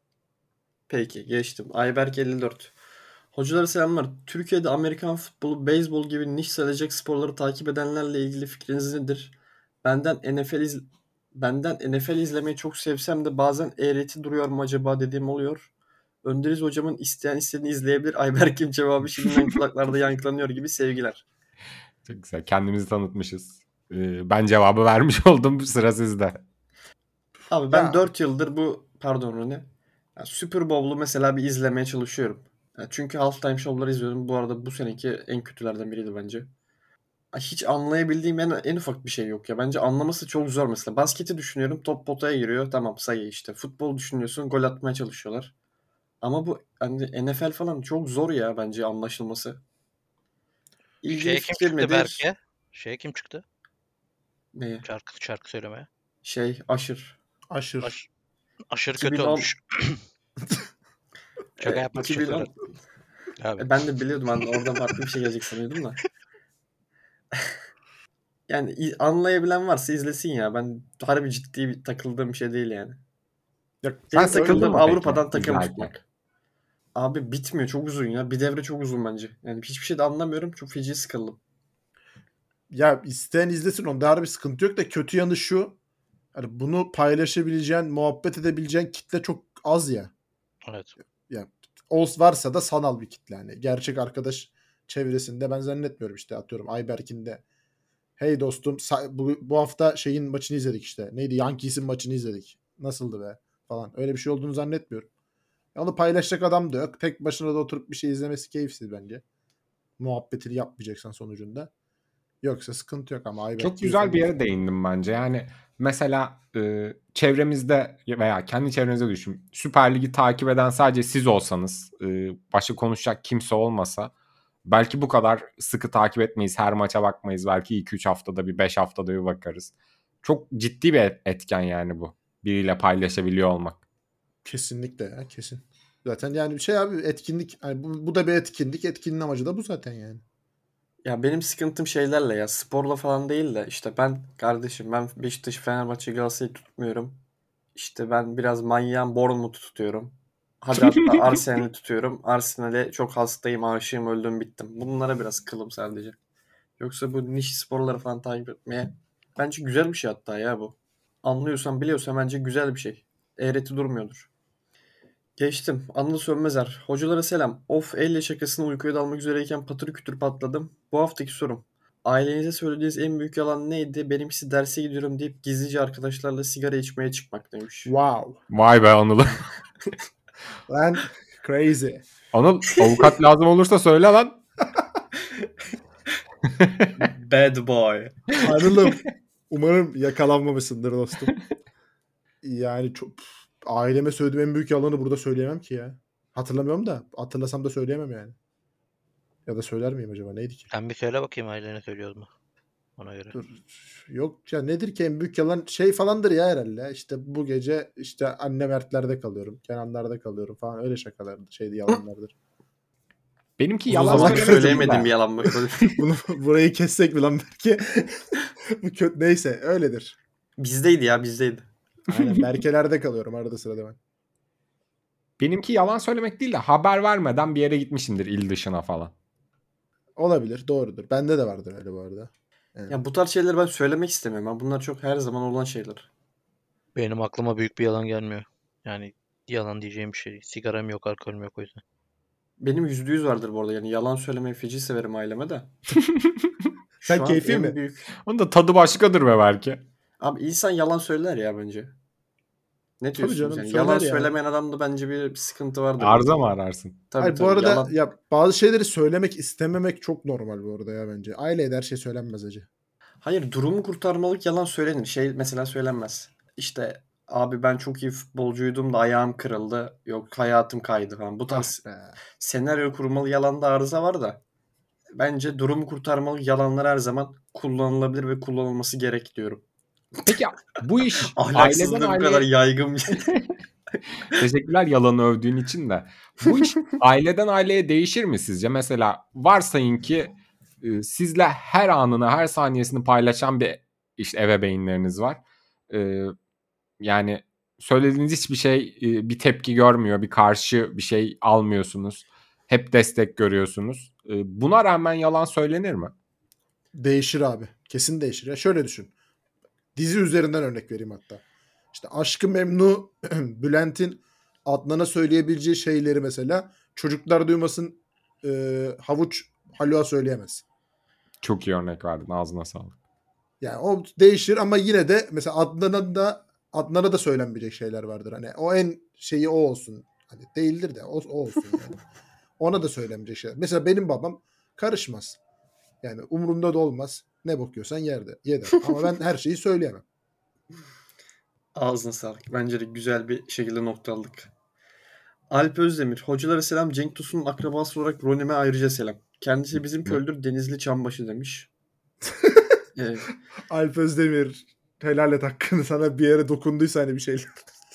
Peki geçtim. Ayberk elli dört. Hocalara selamlar. Türkiye'de Amerikan futbolu, beyzbol gibi niş sayılacak sporları takip edenlerle ilgili fikriniz nedir? Benden N F L iz benden N F L izlemeyi çok sevsem de bazen eğreti duruyor mu acaba dediğim oluyor. Önderiz hocamın isteyen istediğini izleyebilir. Ayberk'in cevabı şimdiden kulaklarda yankılanıyor gibi, sevgiler. Çok güzel. Kendimizi tanıtmışız. E, ben cevabı vermiş oldum. Sıra sizde. Abi ben Ya. dört yıldır bu pardon Rune. Ya Super Bowl'u mesela bir izlemeye çalışıyorum. Ya çünkü halftime show'ları izliyordum. Bu arada bu seneki en kötülerden biriydi bence. Ya hiç anlayabildiğim en, en ufak bir şey yok ya. Bence anlaması çok zor mesela. Basketi düşünüyorum. Top potaya giriyor. Tamam, sayı işte. Futbol düşünüyorsun. Gol atmaya çalışıyorlar. Ama bu hani N F L falan çok zor ya bence anlaşılması. İlgili Şeye kim fikir çıktı nedir? Berke? Şeye kim çıktı? Neye? Şarkı şarkı söylemeye. Şey aşır. Aşırı. Aş, aşırı iki bin kötü on olmuş. Şaka e, yapmak için iki bin on söyledim. Abi. E, ben de biliyordum, hani oradan farklı bir şey gelecek sanıyordum da. Yani i- anlayabilen varsa izlesin ya. Ben harbi ciddi bir takıldığım bir şey değil yani. Ya, Sen Benim sıkıldın takıldığım mı peki Avrupa'dan takım izlerken? tutmak. Abi bitmiyor. Çok uzun ya. Bir devre çok uzun bence. Yani hiçbir şey de anlamıyorum. Çok feci sıkıldım. ya isteyen izlesin, onda harbi sıkıntı yok da kötü yanı şu. Hani bunu paylaşabileceğin, muhabbet edebileceğin kitle çok az ya. Evet. Ya Ols varsa da sanal bir kitle. Yani gerçek arkadaş çevresinde ben zannetmiyorum, işte atıyorum Ayberk'in de hey dostum sa- bu, bu hafta şeyin maçını izledik işte. Neydi? Yankees'in maçını izledik. Nasıldı be? Falan. Öyle bir şey olduğunu zannetmiyorum. Ya onu paylaşacak adam da yok. Tek başına da oturup bir şey izlemesi keyifsiz bence. Muhabbetini yapmayacaksan sonucunda. Yoksa sıkıntı yok ama Ayberk Çok gibi güzel bir falan. yere değindim bence. Yani mesela e, çevremizde veya kendi çevrenizde düşün. Süper Lig'i takip eden sadece siz olsanız, e, başka konuşacak kimse olmasa belki bu kadar sıkı takip etmeyiz. Her maça bakmayız. Belki iki üç haftada bir, beş haftada bir bakarız. Çok ciddi bir et- etken yani bu. Biriyle paylaşabiliyor olmak. Kesinlikle ya, kesin. Zaten yani şey abi, etkinlik. Yani bu, bu da bir etkinlik. Etkinin amacı da bu zaten yani. Ya benim sıkıntım şeylerle ya. Sporla falan değil de işte ben kardeşim ben Beşiktaş, Fenerbahçe, Galatasaray'ı tutmuyorum. İşte ben biraz manyağım, Bournemouth'u tutuyorum. Hadi hatta Arsenal'i tutuyorum. Arsenal'e çok hastayım, aşığım, öldüm, bittim. Bunlara biraz kılım sadece. Yoksa bu niş sporları falan takip etmeye bence güzel bir şey hatta ya bu. Anlıyorsan biliyorsan bence güzel bir şey. Eğreti durmuyordur. Geçtim. Anıl Sönmezer. Hocalara selam. Of, elle şakasına uykuya dalmak üzereyken patır kütür patladım. Bu haftaki sorum. Ailenize söylediğiniz en büyük yalan neydi? Benimkisi derse gidiyorum deyip gizlice arkadaşlarla sigara içmeye çıkmak demiş. Wow. Vay be Anıl. Lan crazy. Anıl avukat lazım olursa söyle lan. Bad boy. Anılım. Umarım yakalanmamışsındır dostum. Yani çok pf, aileme söylediğim en büyük yalanı burada söyleyemem ki ya. Hatırlamıyorum da hatırlasam da söyleyemem yani. Ya da söyler miyim acaba, neydi ki? Sen bir söyle bakayım ailene söylüyoruz mu? Ona göre. Dur. Yok ya, nedir ki en büyük yalan, şey falandır ya herhalde. İşte bu gece işte anne Mertler'de kalıyorum. Kenanlar'da kalıyorum falan, öyle şakalardır. Şeydi, yalanlardır. Benimki Uzun yalan zamandır söylemek değil söyleyemediğim bir de. yalan mı? Böyle- Bunu burayı kessek mi lan belki? Bu kötü, neyse öyledir. Bizdeydi ya, bizdeydi. Aynen, Berkeler'de kalıyorum arada sırada ben. Benimki yalan söylemek değil de haber vermeden bir yere gitmişimdir il dışına falan. Olabilir, doğrudur. Bende de vardır öyle bu arada. Yani. Ya bu tarz şeyleri ben söylemek istemiyorum. Ya bunlar çok her zaman olan şeyler. Benim aklıma büyük bir yalan gelmiyor. Yani yalan diyeceğim bir şey değil. Sigaram yok, alkolüm yok o yüzden. Benim yüzde yüz vardır bu arada. Yani yalan söylemeyi feci severim aileme de. Sen Şu an keyfi en mi? büyük... Onun da tadı başkadır be belki. Abi insan yalan söyler ya bence. Ne Tabii diyorsunuz canım, yani? söyler Yalan ya. söylemeyen adamda bence bir, bir sıkıntı vardır. Arıza mı ararsın? Tabii Hayır, bu tabii, arada yalan. ya bazı şeyleri söylemek istememek çok normal bu arada ya bence. Aileye de her şey söylenmez acı. Hayır, durumu kurtarmalık yalan söylenir. Şey mesela söylenmez. İşte abi ben çok iyi futbolcuydum da ayağım kırıldı. Yok hayatım kaydı falan. Bu Ah tarz be. senaryo kurmalı yalanda arıza var da. Bence durumu kurtarmalı yalanlar her zaman kullanılabilir ve kullanılması gerek diyorum. Peki bu iş aileden Ahlaksızlığı bu kadar aileye... yaygın bir şey. Teşekkürler yalanı övdüğün için de. Bu iş aileden aileye değişir mi sizce? Mesela varsayın ki e, sizle her anını, her saniyesini paylaşan bir işte ebeveynleriniz var. E, yani söylediğiniz hiçbir şey e, bir tepki görmüyor, bir karşı bir şey almıyorsunuz. Hep destek görüyorsunuz. E, buna rağmen yalan söylenir mi? Değişir abi. Kesin değişir. Ya şöyle düşün. Dizi üzerinden örnek vereyim hatta. İşte Aşk-ı Memnu, Bülent'in Adnan'a söyleyebileceği şeyleri mesela çocuklar duymasın, e, havuç halua söyleyemez. Çok iyi örnek verdin. Ağzına sağlık. Yani o değişir ama yine de mesela Adnan'a da Adnan'a da söylenmeyecek şeyler vardır. Hani o en şeyi o olsun. Hani değildir de o, o olsun yani. Ona da söylenmeyecek şeyler. Mesela benim babam karışmaz. Yani umurumda da olmaz. Ne bakıyorsan yerde, yeder. Ama ben her şeyi söyleyemem. Ağzına sağlık. Bence de güzel bir şekilde noktaladık. Alp Özdemir. Hocalara selam. Cenk Tosun'un akrabası olarak Ronim'e ayrıca selam. Kendisi bizim köylüdür. Denizli Çambaşı demiş. Evet. Alp Özdemir, helal et hakkını, sana bir yere dokunduysa hani bir şeyler.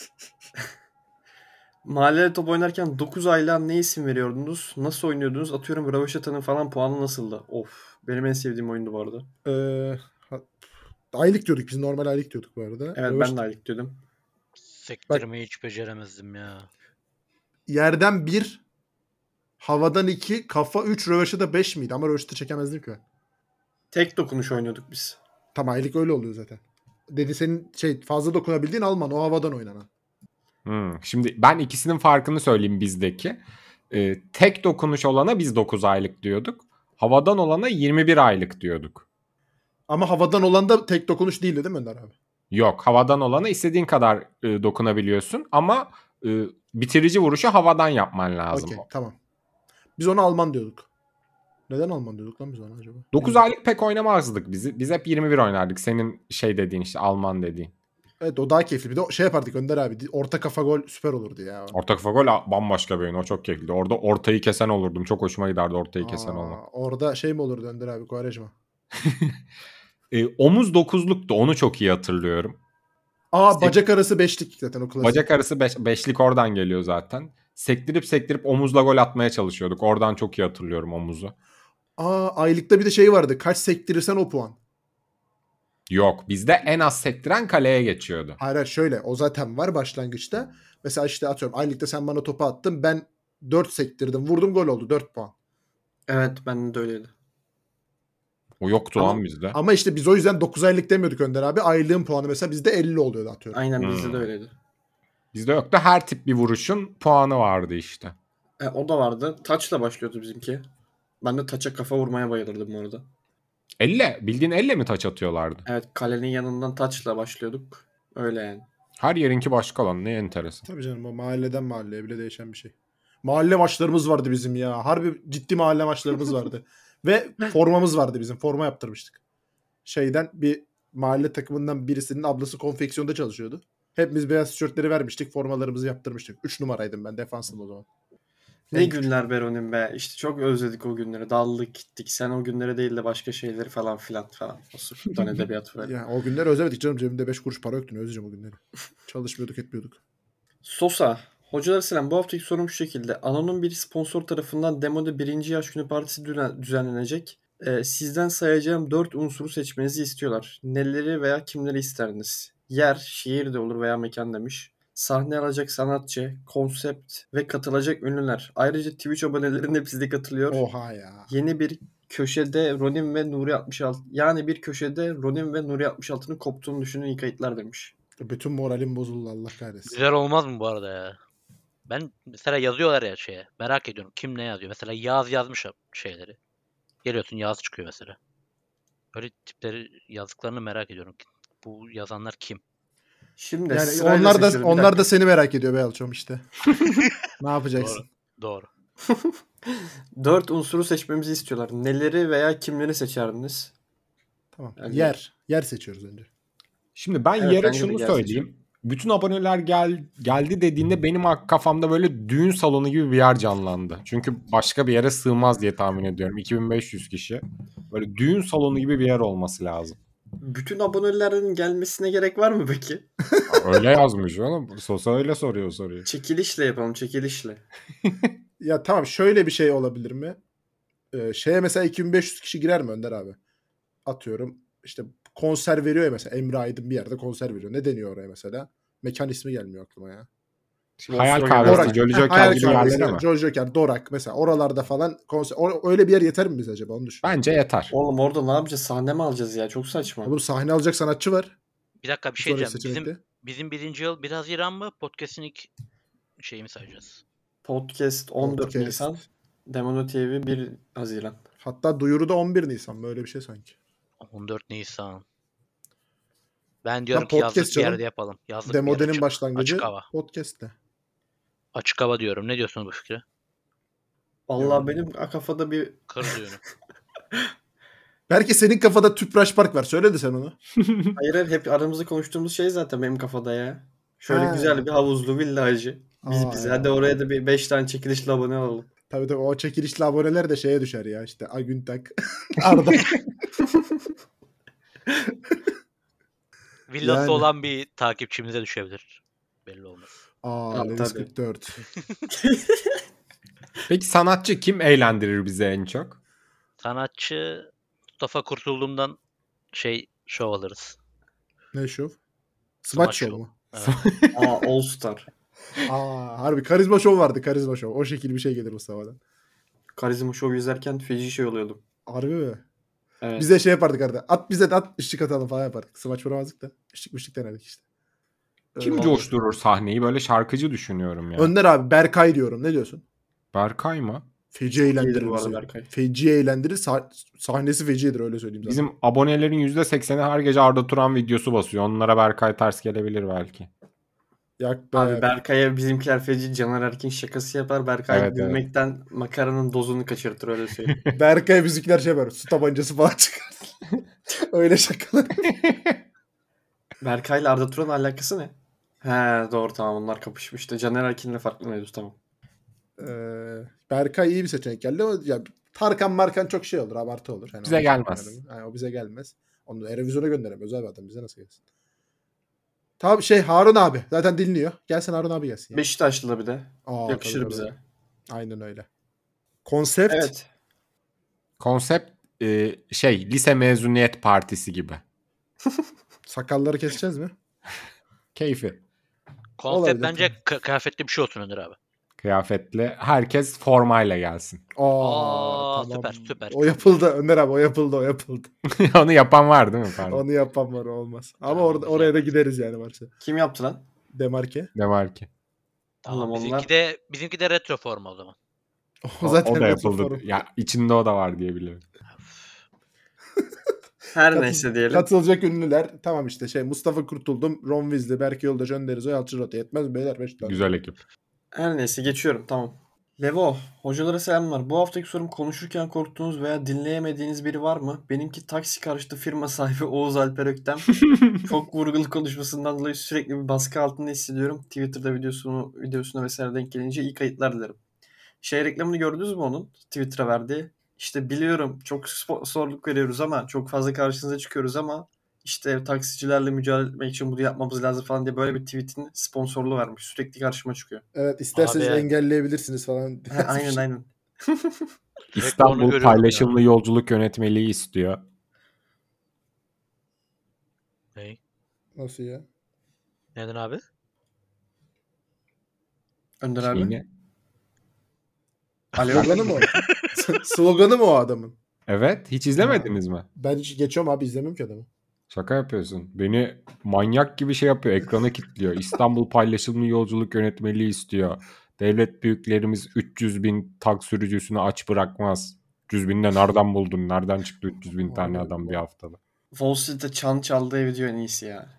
Mahallede top oynarken dokuz aylığa ne isim veriyordunuz? Nasıl oynuyordunuz? Atıyorum Röveşata'nın falan puanı nasıldı? Of. Benim en sevdiğim oyundu bu arada. Ee, ha- aylık diyorduk biz, normal aylık diyorduk bu arada. Evet ben Röveşata- de aylık diyordum. sektirmeyi hiç beceremezdim ya. Yerden bir, havadan iki, kafa üç, röveşata beş miydi? Ama röveşata çekemezdim ki ben. Tek dokunuş oynuyorduk biz. Tam aylık öyle oluyor zaten. Dedi senin şey fazla dokunabildiğin Alman. O havadan oynanan. Hmm. Şimdi ben ikisinin farkını söyleyeyim bizdeki. Ee, tek dokunuş olana biz dokuz aylık diyorduk. Havadan olana yirmi bir aylık diyorduk. Ama havadan olan da tek dokunuş değildi değil mi Önder abi? Yok, havadan olana istediğin kadar e, dokunabiliyorsun ama e, bitirici vuruşu havadan yapman lazım. Okey, tamam. Biz ona Alman diyorduk. Neden Alman diyorduk lan biz ona acaba? dokuz Bilmiyorum. aylık pek oynamazdık bizi. Biz hep yirmi bir oynardık. Senin şey dediğin işte Alman dediğin. Evet, o daha keyifli. Bir de şey yapardık Önder abi. Orta kafa gol süper olurdu ya. Orta kafa gol bambaşka bir oyun. O çok keyifliydi. Orada ortayı kesen olurdum. Çok hoşuma giderdi ortayı kesen Aa, olmak. orada şey mi olurdu Önder abi? Quaresma. E, omuz dokuzluktu. Onu çok iyi hatırlıyorum. Aa, Sek- bacak arası beşlik zaten o klasik. Bacak arası beş, beşlik oradan geliyor zaten. Sektirip sektirip omuzla gol atmaya çalışıyorduk. Oradan çok iyi hatırlıyorum omuzu. Aa, aylıkta bir de şey vardı. Kaç sektirirsen o puan. Yok, bizde en az sektiren kaleye geçiyordu. Hayır hayır, şöyle. O zaten var başlangıçta. Mesela işte atıyorum aylıkta sen bana topu attın. Ben dört sektirdim. Vurdum, gol oldu. dört puan. Evet, bende de öyleydi. O yoktu Ama- lan bizde. Ama işte biz o yüzden dokuz aylık demiyorduk Önder abi. Aylığın puanı mesela bizde elli oluyordu atıyorum. Aynen Hmm. bizde de öyleydi. Bizde yoktu. Her tip bir vuruşun puanı vardı işte. E, o da vardı. Taçla başlıyordu bizimki. Ben de taça kafa vurmaya bayılırdım bu arada. Elle, bildiğin elle mi taç atıyorlardı? Evet, kalenin yanından taçla başlıyorduk. Öyle yani. Her yerinki başka lan, ne enteresan. Tabii canım, o mahalleden mahalleye bile değişen bir şey. Mahalle maçlarımız vardı bizim ya. Harbi ciddi mahalle maçlarımız vardı. Ve formamız vardı bizim. Forma yaptırmıştık. Şeyden bir mahalle takımından birisinin ablası konfeksiyonda çalışıyordu. Hepimiz beyaz tişörtleri vermiştik. Formalarımızı yaptırmıştık. üç numaraydım ben. Defansım o zaman. Ne En küçük. günler Beronim be. İşte çok özledik o günleri. Daldık gittik. Sen o günlere değil de başka şeyleri falan filan falan. O sıfırdan edebiyat falan. Ya, o günleri özlemedik canım. Cebimde beş kuruş para yoktu. Ne özleyeceğim o günleri. Çalışmıyorduk, etmiyorduk. Sosa. Hocalar selam. Bu haftaki sorum şu şekilde. Ano'nun bir sponsor tarafından Demo'da birinci yaş günü partisi düzen- düzenlenecek. Ee, sizden sayacağım dört unsuru seçmenizi istiyorlar. Neleri veya kimleri isterdiniz? Yer, şehir de olur veya mekan demiş. Sahne alacak sanatçı, konsept ve katılacak ünlüler. Ayrıca Twitch abonelerinin hepsi de katılıyor. Oha ya. Yeni bir köşede Ronin ve Nuri altmış altı, yani bir köşede Ronin ve Nuri altmış altının koptuğunu düşünün, iyi kayıtlar demiş. Bütün moralim bozuldu, Allah kahretsin. Güzel olmaz mı bu arada ya? Ben mesela yazıyorlar ya şeye. Merak ediyorum kim ne yazıyor. Mesela Yağız yazmış şeyleri. Geliyorsun Yağız çıkıyor mesela. Böyle tipleri yazdıklarını merak ediyorum. Bu yazanlar kim? Şimdi Yani sırayla onlar da seçiyorum, bir onlar dakika. da seni merak ediyor Beyalçom işte. Ne yapacaksın? Doğru. Dört unsuru seçmemizi istiyorlar. Neleri veya kimleri seçerdiniz? Tamam. Yani- Yer. Yer seçiyoruz önce. Şimdi ben Evet, yere bence de şunu gelsin söyleyeyim. Bütün aboneler gel geldi dediğinde benim kafamda böyle düğün salonu gibi bir yer canlandı. Çünkü başka bir yere sığmaz diye tahmin ediyorum. iki bin beş yüz kişi. Böyle düğün salonu gibi bir yer olması lazım. Bütün abonelerin gelmesine gerek var mı peki? Öyle yazmış oğlum. Sosa öyle soruyor soruyu. Çekilişle yapalım, çekilişle. Ya tamam, şöyle bir şey olabilir mi? Ee, şeye mesela iki bin beş yüz kişi girer mi Önder abi? Atıyorum işte konser veriyor ya mesela. Emre Aydın bir yerde konser veriyor. Ne deniyor oraya mesela? Mekan ismi gelmiyor aklıma ya. Hayal Volkswagen kahvesi, Dorak. Jolly Ha, Joker hayal gibi kahvesi, yerlere mi? Jolly Joker, Dorak mesela oralarda falan konser. O- öyle bir yer yeter mi bize acaba, onu düşün. Bence yeter. Oğlum orada ne yapacağız? Sahne mi alacağız ya? Çok saçma. Oğlum sahne alacak sanatçı var. Bir dakika bir Bir şey sonraki diyeceğim. Bizim seçenekte. bizim birinci yıl bir Haziran mı? Podcast'in ilk şeyi mi sayacağız? Podcast on dört Podcast. Nisan. Demono T V bir Haziran. Hatta duyuru da on bir Nisan, böyle bir şey sanki. on dört Nisan. Ben diyorum ki podcast yazlık bir canım. yerde yapalım. Yazlık bir yer, Demodenin açık, başlangıcı açık hava. podcast'te. Açık hava diyorum. Ne diyorsunuz bu fikre? Vallahi Yani. benim kafada bir Kır düğünü. Belki senin kafada Tüpraş Park var. Söyle de sen onu. hayır hayır, hep aramızda konuştuğumuz şey zaten benim kafada ya. Şöyle Ha. güzel bir havuzlu villacı. Biz Aa, biz ya. hadi oraya da bir beş tane çekilişli abone alalım. Tabii tabii, o çekilişli aboneler de şeye düşer ya. İşte Agüntak, Arda. Villası Yani. olan bir takipçimize düşebilir. Belli olmaz. Aa, Tabii, Lewis tabii. kırk dört. Peki sanatçı kim eğlendirir bizi en çok? Sanatçı Mustafa Kurtulduğumdan şey şov alırız. Ne şov? Smash Smaç şov Show. mu? Aa, All Star. Aa, harbi karizma şov vardı, karizma şov. O şekil bir şey gelir Mustafa'dan. Karizma Show izlerken feci şey oluyordum. Harbi mi? Evet. Biz de şey yapardık arada. At bize de at, ışık atalım falan yapardık. Smaç vuramazdık da. Işık mışık denerdik işte. Kim Ee, coşturur sahneyi? Böyle şarkıcı düşünüyorum ya. Önder abi, Berkay diyorum. Ne diyorsun? Berkay mı? Feci iyidir eğlendirir bu arada bizi. Berkay. Feci eğlendirir. Sah- sahnesi fecidir, öyle söyleyeyim sana. Bizim abonelerin yüzde sekseni her gece Arda Turan videosu basıyor. Onlara Berkay ters gelebilir belki. Yak be. Abi Berkay'a bizimkiler feci Caner Erkin şakası yapar. Berkay Evet, evet. gülmekten makaranın dozunu kaçırtır, öyle söyleyeyim. Berkay bizimkiler şey yapar. Su tabancası falan çıkar. Öyle şakalar. Berkay'la Arda Turan'ın alakası ne? He doğru, tamam, onlar kapışmıştı. Caner Erkin'le farklı mevzu, tamam. Ee, Berkay iyi bir seçenek geldi ama ya, Tarkan Markan çok şey olur, abartı olur. Yani Bize onu gelmez. düşünmüyorum. Yani o bize gelmez. Onu Erevizyon'a gönderemiyoruz abi adam, bize nasıl gelsin? Tabii şey, Harun abi zaten dinliyor. Gelsin Harun abi gelsin. Ya. Beşiktaşlı da bir de. Aa, Yakışır tabii, bize. tabii. Aynen öyle. Konsept. Evet. Konsept e, şey lise mezuniyet partisi gibi. Sakalları keseceğiz mi? Keyfi. Konsept Olabilir, bence tabii. k- kıyafetli bir şey olsun Önder abi. Kıyafetli. Herkes formayla gelsin. Aa, Aa, tamam. süper, süper. O yapıldı Önder abi, o yapıldı, o yapıldı. Onu yapan var değil mi? Pardon. Onu yapan var, o olmaz. Ama Tamam, orada güzel. oraya da gideriz yani varsa. Kim yaptı lan? Demarke. Ne var ki? Tamam, Oğlum bizimki onlar- de bizimki de retro forma o zaman. O, O, zaten o da retro yapıldı. forum. Ya içinde o da var diye biliyorum. Her Katıl- neyse diyelim. Katılacak ünlüler tamam işte şey, Mustafa Kurtuldum, Ron Weasley, Berke Yoldaş, Önder İzo, Yalçın Rota. Yetmez mi beyler? Beş tane. Güzel ekip. Her neyse geçiyorum, tamam. Levo, hocalara selamlar. Bu haftaki sorum, konuşurken korktuğunuz veya dinleyemediğiniz biri var mı? Benimki taksi karşıtı firma sahibi Oğuz Alper Öktem. Çok vurgulu konuşmasından dolayı sürekli bir baskı altında hissediyorum. Twitter'da videosunu, videosuna vesaire denk gelince iyi kayıtlar dilerim. Şey reklamını gördünüz mü onun? Twitter'a verdiği. İşte biliyorum çok sponsorluk veriyoruz ama çok fazla karşınıza çıkıyoruz ama işte taksicilerle mücadele etmek için bunu yapmamız lazım falan diye böyle bir tweetin sponsorluğu vermiş. Sürekli karşıma çıkıyor. Evet, isterseniz Abi- engelleyebilirsiniz falan. Ha, aynen aynen. onu İstanbul görüyorum paylaşımlı yolculuk yönetmeliği istiyor. Ney? Nasıl ya? Neden abi? Önder abi. Şeyini. Alo. Sloganı mı o? Sloganı mı o adamın? Evet. Hiç izlemediniz mi? Ben hiç geçiyorum abi, izlemiyorum ki adamı. Şaka yapıyorsun. Beni manyak gibi şey yapıyor. Ekrana kilitliyor. İstanbul paylaşımlı yolculuk yönetmeliği istiyor. Devlet büyüklerimiz üç yüz bin tak sürücüsünü aç bırakmaz. üç yüz bin de nereden buldun? Nereden çıktı üç yüz bin tane Aynen. adam bir haftada? Wall Street'te çan çaldığı video en iyisi ya.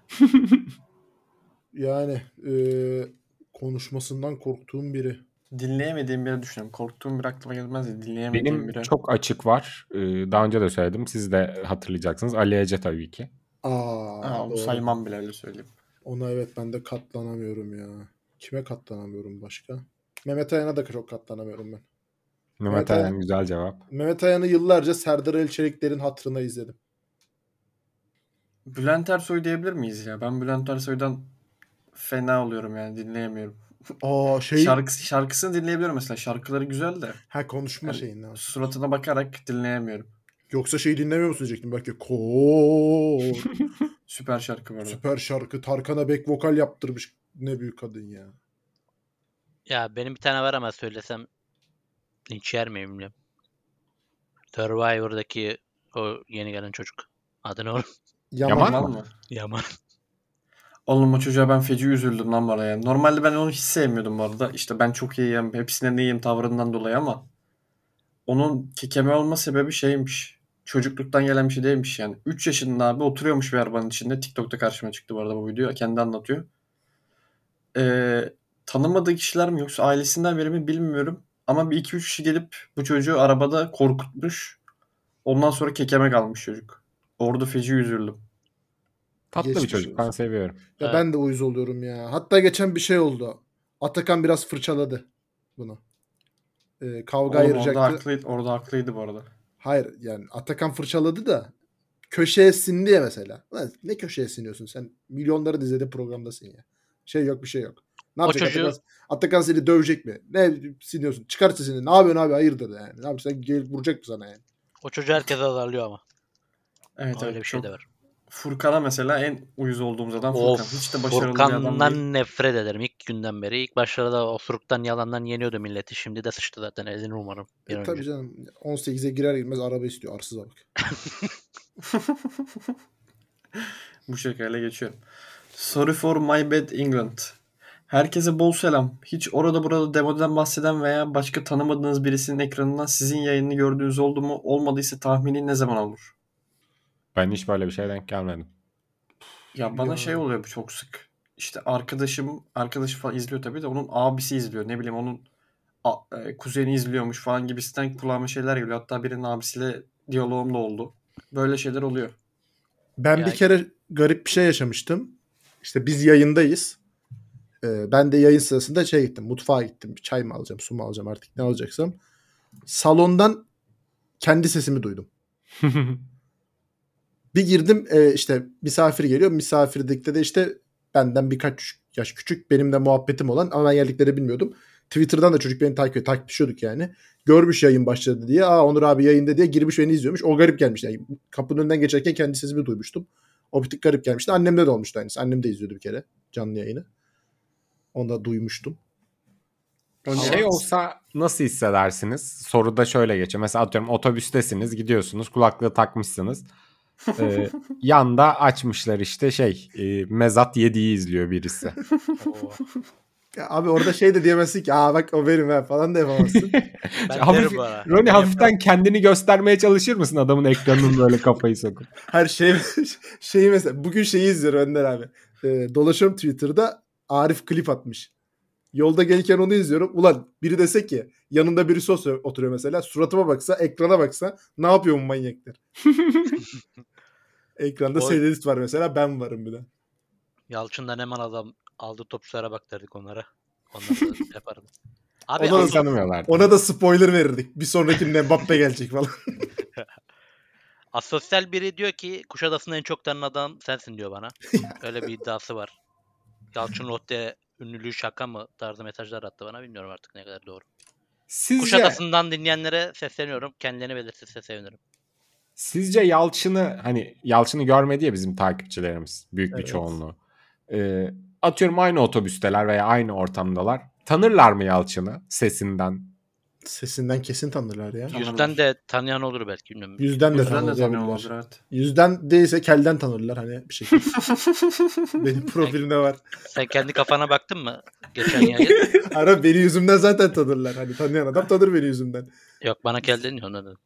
Yani e, konuşmasından korktuğum biri. Dinleyemediğim biri düşünüyorum. Korktuğum bir aklıma gelmez de dinleyemediğim Benim biri. çok açık var. Ee, Daha önce de söyledim. Siz de hatırlayacaksınız. Ali Ece tabii ki. Aa, Aa, onu doğru. saymam bile, öyle söyleyeyim. Ona evet, ben de katlanamıyorum ya. Kime katlanamıyorum başka? Mehmet Ayan'a da çok katlanamıyorum ben. Mehmet Evet, Ayan evet. güzel cevap. Mehmet Ayan'ı yıllarca Serdar Ali Çelikler'in hatırına izledim. Bülent Ersoy diyebilir miyiz ya? Ben Bülent Ersoy'dan fena oluyorum yani, dinleyemiyorum. Aa şey, Şarkısı, şarkısını dinleyebiliyorum mesela. Şarkıları güzel de ha konuşma yani şeyinden. suratına bakarak dinleyemiyorum. Yoksa şeyi dinlemiyor musun diyecektim belki. Kor. Süper şarkı bu arada. Süper şarkı. Tarkan'a back vokal yaptırmış. Ne büyük kadın ya. Ya benim bir tane var ama söylesem linç yer miyim bilmiyorum. Survivor'daki o yeni gelen çocuk. Adı ne oğlum? Yaman. Yaman Yaman mı? mı? Yaman. Oğlum o çocuğa ben feci üzüldüm lan bana ya. Normalde ben onu hiç sevmiyordum bu arada. İşte ben çok iyiyim, hepsinden iyiyim tavrından dolayı ama onun kekeme olma sebebi şeymiş. Çocukluktan gelen bir şey değilmiş yani. üç yaşında abi oturuyormuş bir arabanın içinde. TikTok'ta karşıma çıktı bu arada bu video. Kendi anlatıyor. Ee, tanımadığı kişiler mi yoksa ailesinden biri mi bilmiyorum. Ama bir iki üç kişi gelip bu çocuğu arabada korkutmuş. Ondan sonra kekeme kalmış çocuk. Orada feci üzüldüm. Tatlı bir Geçmiş çocuk. Ben olsun. seviyorum. Ya Evet. ben de uyuz oluyorum ya. Hatta geçen bir şey oldu. Atakan biraz fırçaladı bunu. Ee, kavga Oğlum orada, ayıracaktı. haklıydı, orada haklıydı bu arada. Hayır yani Atakan fırçaladı da köşeye sindi ya mesela. Lan ne köşeye siniyorsun sen? Milyonları dizede programdasın ya. Şey yok, bir şey yok. Ne O yapacak çocuğu- Atakan? Atakan seni dövecek mi? Ne siniyorsun? Çıkart sesini. Ne yapıyorsun abi? Hayırdır yani. Ne yapacaksın? Gelip vuracak mı sana yani? O çocuğu herkese azarlıyor ama. Evet Öyle evet, bir şey çok, de var. Furkan'a mesela en uyuz olduğumuz adam O Furkan. Hiç de başarılı bir adam değil. Furkan'dan nefret ederim ilk günden beri. İlk başlarda osuruktan yalandan yeniyordu milleti. Şimdi de sıçtı zaten elini umarım. Bir E, an tabii önce. canım. on sekize girer girmez araba istiyor. Arsıza bak. Bu şekilde geçiyorum. Sorry for my bad England. Herkese bol selam. Hiç orada burada demodan bahseden veya başka tanımadığınız birisinin ekranından sizin yayını gördüğünüz oldu mu? Olmadıysa tahmini ne zaman olur? Ben hiç böyle bir şeye denk gelmedim. Ya bana Ya. şey oluyor bu çok sık. İşte arkadaşım, arkadaşı falan izliyor tabii de onun abisi izliyor. Ne bileyim onun a- e, kuzeni izliyormuş falan gibisinden kulağıma şeyler geliyor. Hatta birinin abisiyle diyaloğum da oldu. Böyle şeyler oluyor. Ben Ya- bir kere garip bir şey yaşamıştım. İşte biz yayındayız. Ee, ben de yayın sırasında şey gittim. Mutfağa gittim. Bir çay mı alacağım, su mu alacağım artık ne alacaksam. Salondan kendi sesimi duydum. Bir girdim e, işte misafir geliyor. Misafirdekte de işte benden birkaç yaş küçük benim de muhabbetim olan ama ben geldiklerini bilmiyordum. Twitter'dan da çocuk beni takip ediyor. Takipleşiyorduk yani. Görmüş yayın başladı diye. Aa Onur abi yayında diye girmiş beni izliyormuş. O garip gelmiş. Yani kapının önünden geçerken kendi sesimi duymuştum. O bir tık garip gelmişti. Annemde de olmuştu aynısı. Annem de izliyordu bir kere canlı yayını. Onu da duymuştum. Şey olsa nasıl hissedersiniz? Soruda şöyle geçiyor. Mesela atıyorum otobüstesiniz, gidiyorsunuz, kulaklığı takmışsınız. Ee, yanda açmışlar işte şey, e, Mezat yediği izliyor birisi. Oo. Ya abi orada şey de diyemezsin ki aa bak o benim ha falan da yapamazsın. Ben Hafif, derim bu ara. Roni hafiften kendini göstermeye çalışır mısın adamın ekranının böyle kafayı sokup? Her şey şeyi mesela bugün şeyi izliyorum Önder abi. Ee, dolaşıyorum Twitter'da Arif klip atmış. Yolda gelirken onu izliyorum. Ulan biri dese ki yanında birisi oturuyor oturuyor mesela. Suratıma baksa, ekrana baksa ne yapıyor bu manyaklar? Ekranda O- seyrediş var mesela ben varım bir de. Yalçın'dan hemen adam aldı topçulara bak derdik onlara. Onları da yaparım. Abi Ona da aso- Tanımıyorlar. Ona da spoiler verirdik. Bir sonrakinde Mbappe gelecek falan. asosyal biri diyor ki Kuşadası'nın en çok tanınan adam sensin diyor bana. Öyle bir iddiası var. Yalçın Lotte ünlülüğü şaka mı tarzı mesajlar attı bana. Bilmiyorum artık ne kadar doğru. Sizce, Kuşadası'ndan dinleyenlere sesleniyorum. Kendilerini belirtirse sevinirim. sizce Yalçın'ı hani Yalçın'ı görmedi ya bizim takipçilerimiz büyük bir Evet. çoğunluğu. Ee, atıyorum aynı otobüsteler veya aynı ortamdalar. Tanırlar mı Yalçın'ı sesinden? Sesinden kesin tanırlar ya. Tanırlar. Yüzden de tanıyan olur belki bilmiyorum. Yüzden de Yüzden de tanıyor tanıyabilirler. olur evet. Yüzden değilse kelden tanırlar hani bir şekilde. Benim profilimde var. Sen kendi kafana baktın mı geçen yayın? Ara beni yüzümden zaten tanırlar. Hani tanıyan adam tanır beni yüzümden. Yok bana kel deniyor ona dedim.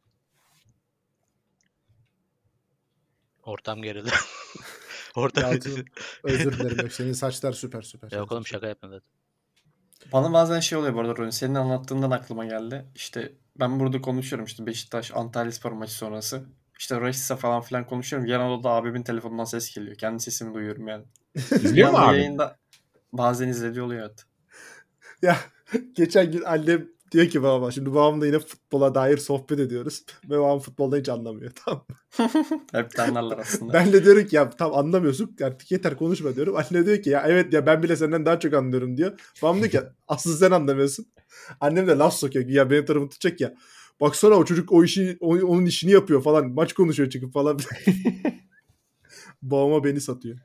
Ortam gerildi. Ortam Yalçın, özür dilerim. Yok, senin saçlar süper süper. Yok oğlum şaka yapmadım dedim. Bana bazen şey oluyor bu arada Roni. Senin anlattığından aklıma geldi. İşte ben burada konuşuyorum işte Beşiktaş Antalyaspor maçı sonrası. İşte Raşit'le falan filan konuşuyorum. Yan odada abimin telefonundan ses geliyor. Kendi sesimi duyuyorum yani. İzliyor mu Yanında abi? Yayında bazen izlediği oluyor evet. Ya geçen gün annem diyor ki babama şimdi babamla yine futbola dair sohbet ediyoruz. Ve babam futbolda hiç anlamıyor. Tamam. Hep de anlarlar aslında. Ben de diyorum ki ya tam anlamıyorsun artık yeter konuşma diyorum. Anne diyor ki ya evet ya ben bile senden daha çok anlıyorum diyor. Babam diyor ki asıl sen anlamıyorsun. Annem de laf sokuyor ya benim tarafımı tutacak ya. Baksana o çocuk o işi o- onun işini yapıyor falan. Maç konuşuyor çıkıp falan. Babama beni satıyor.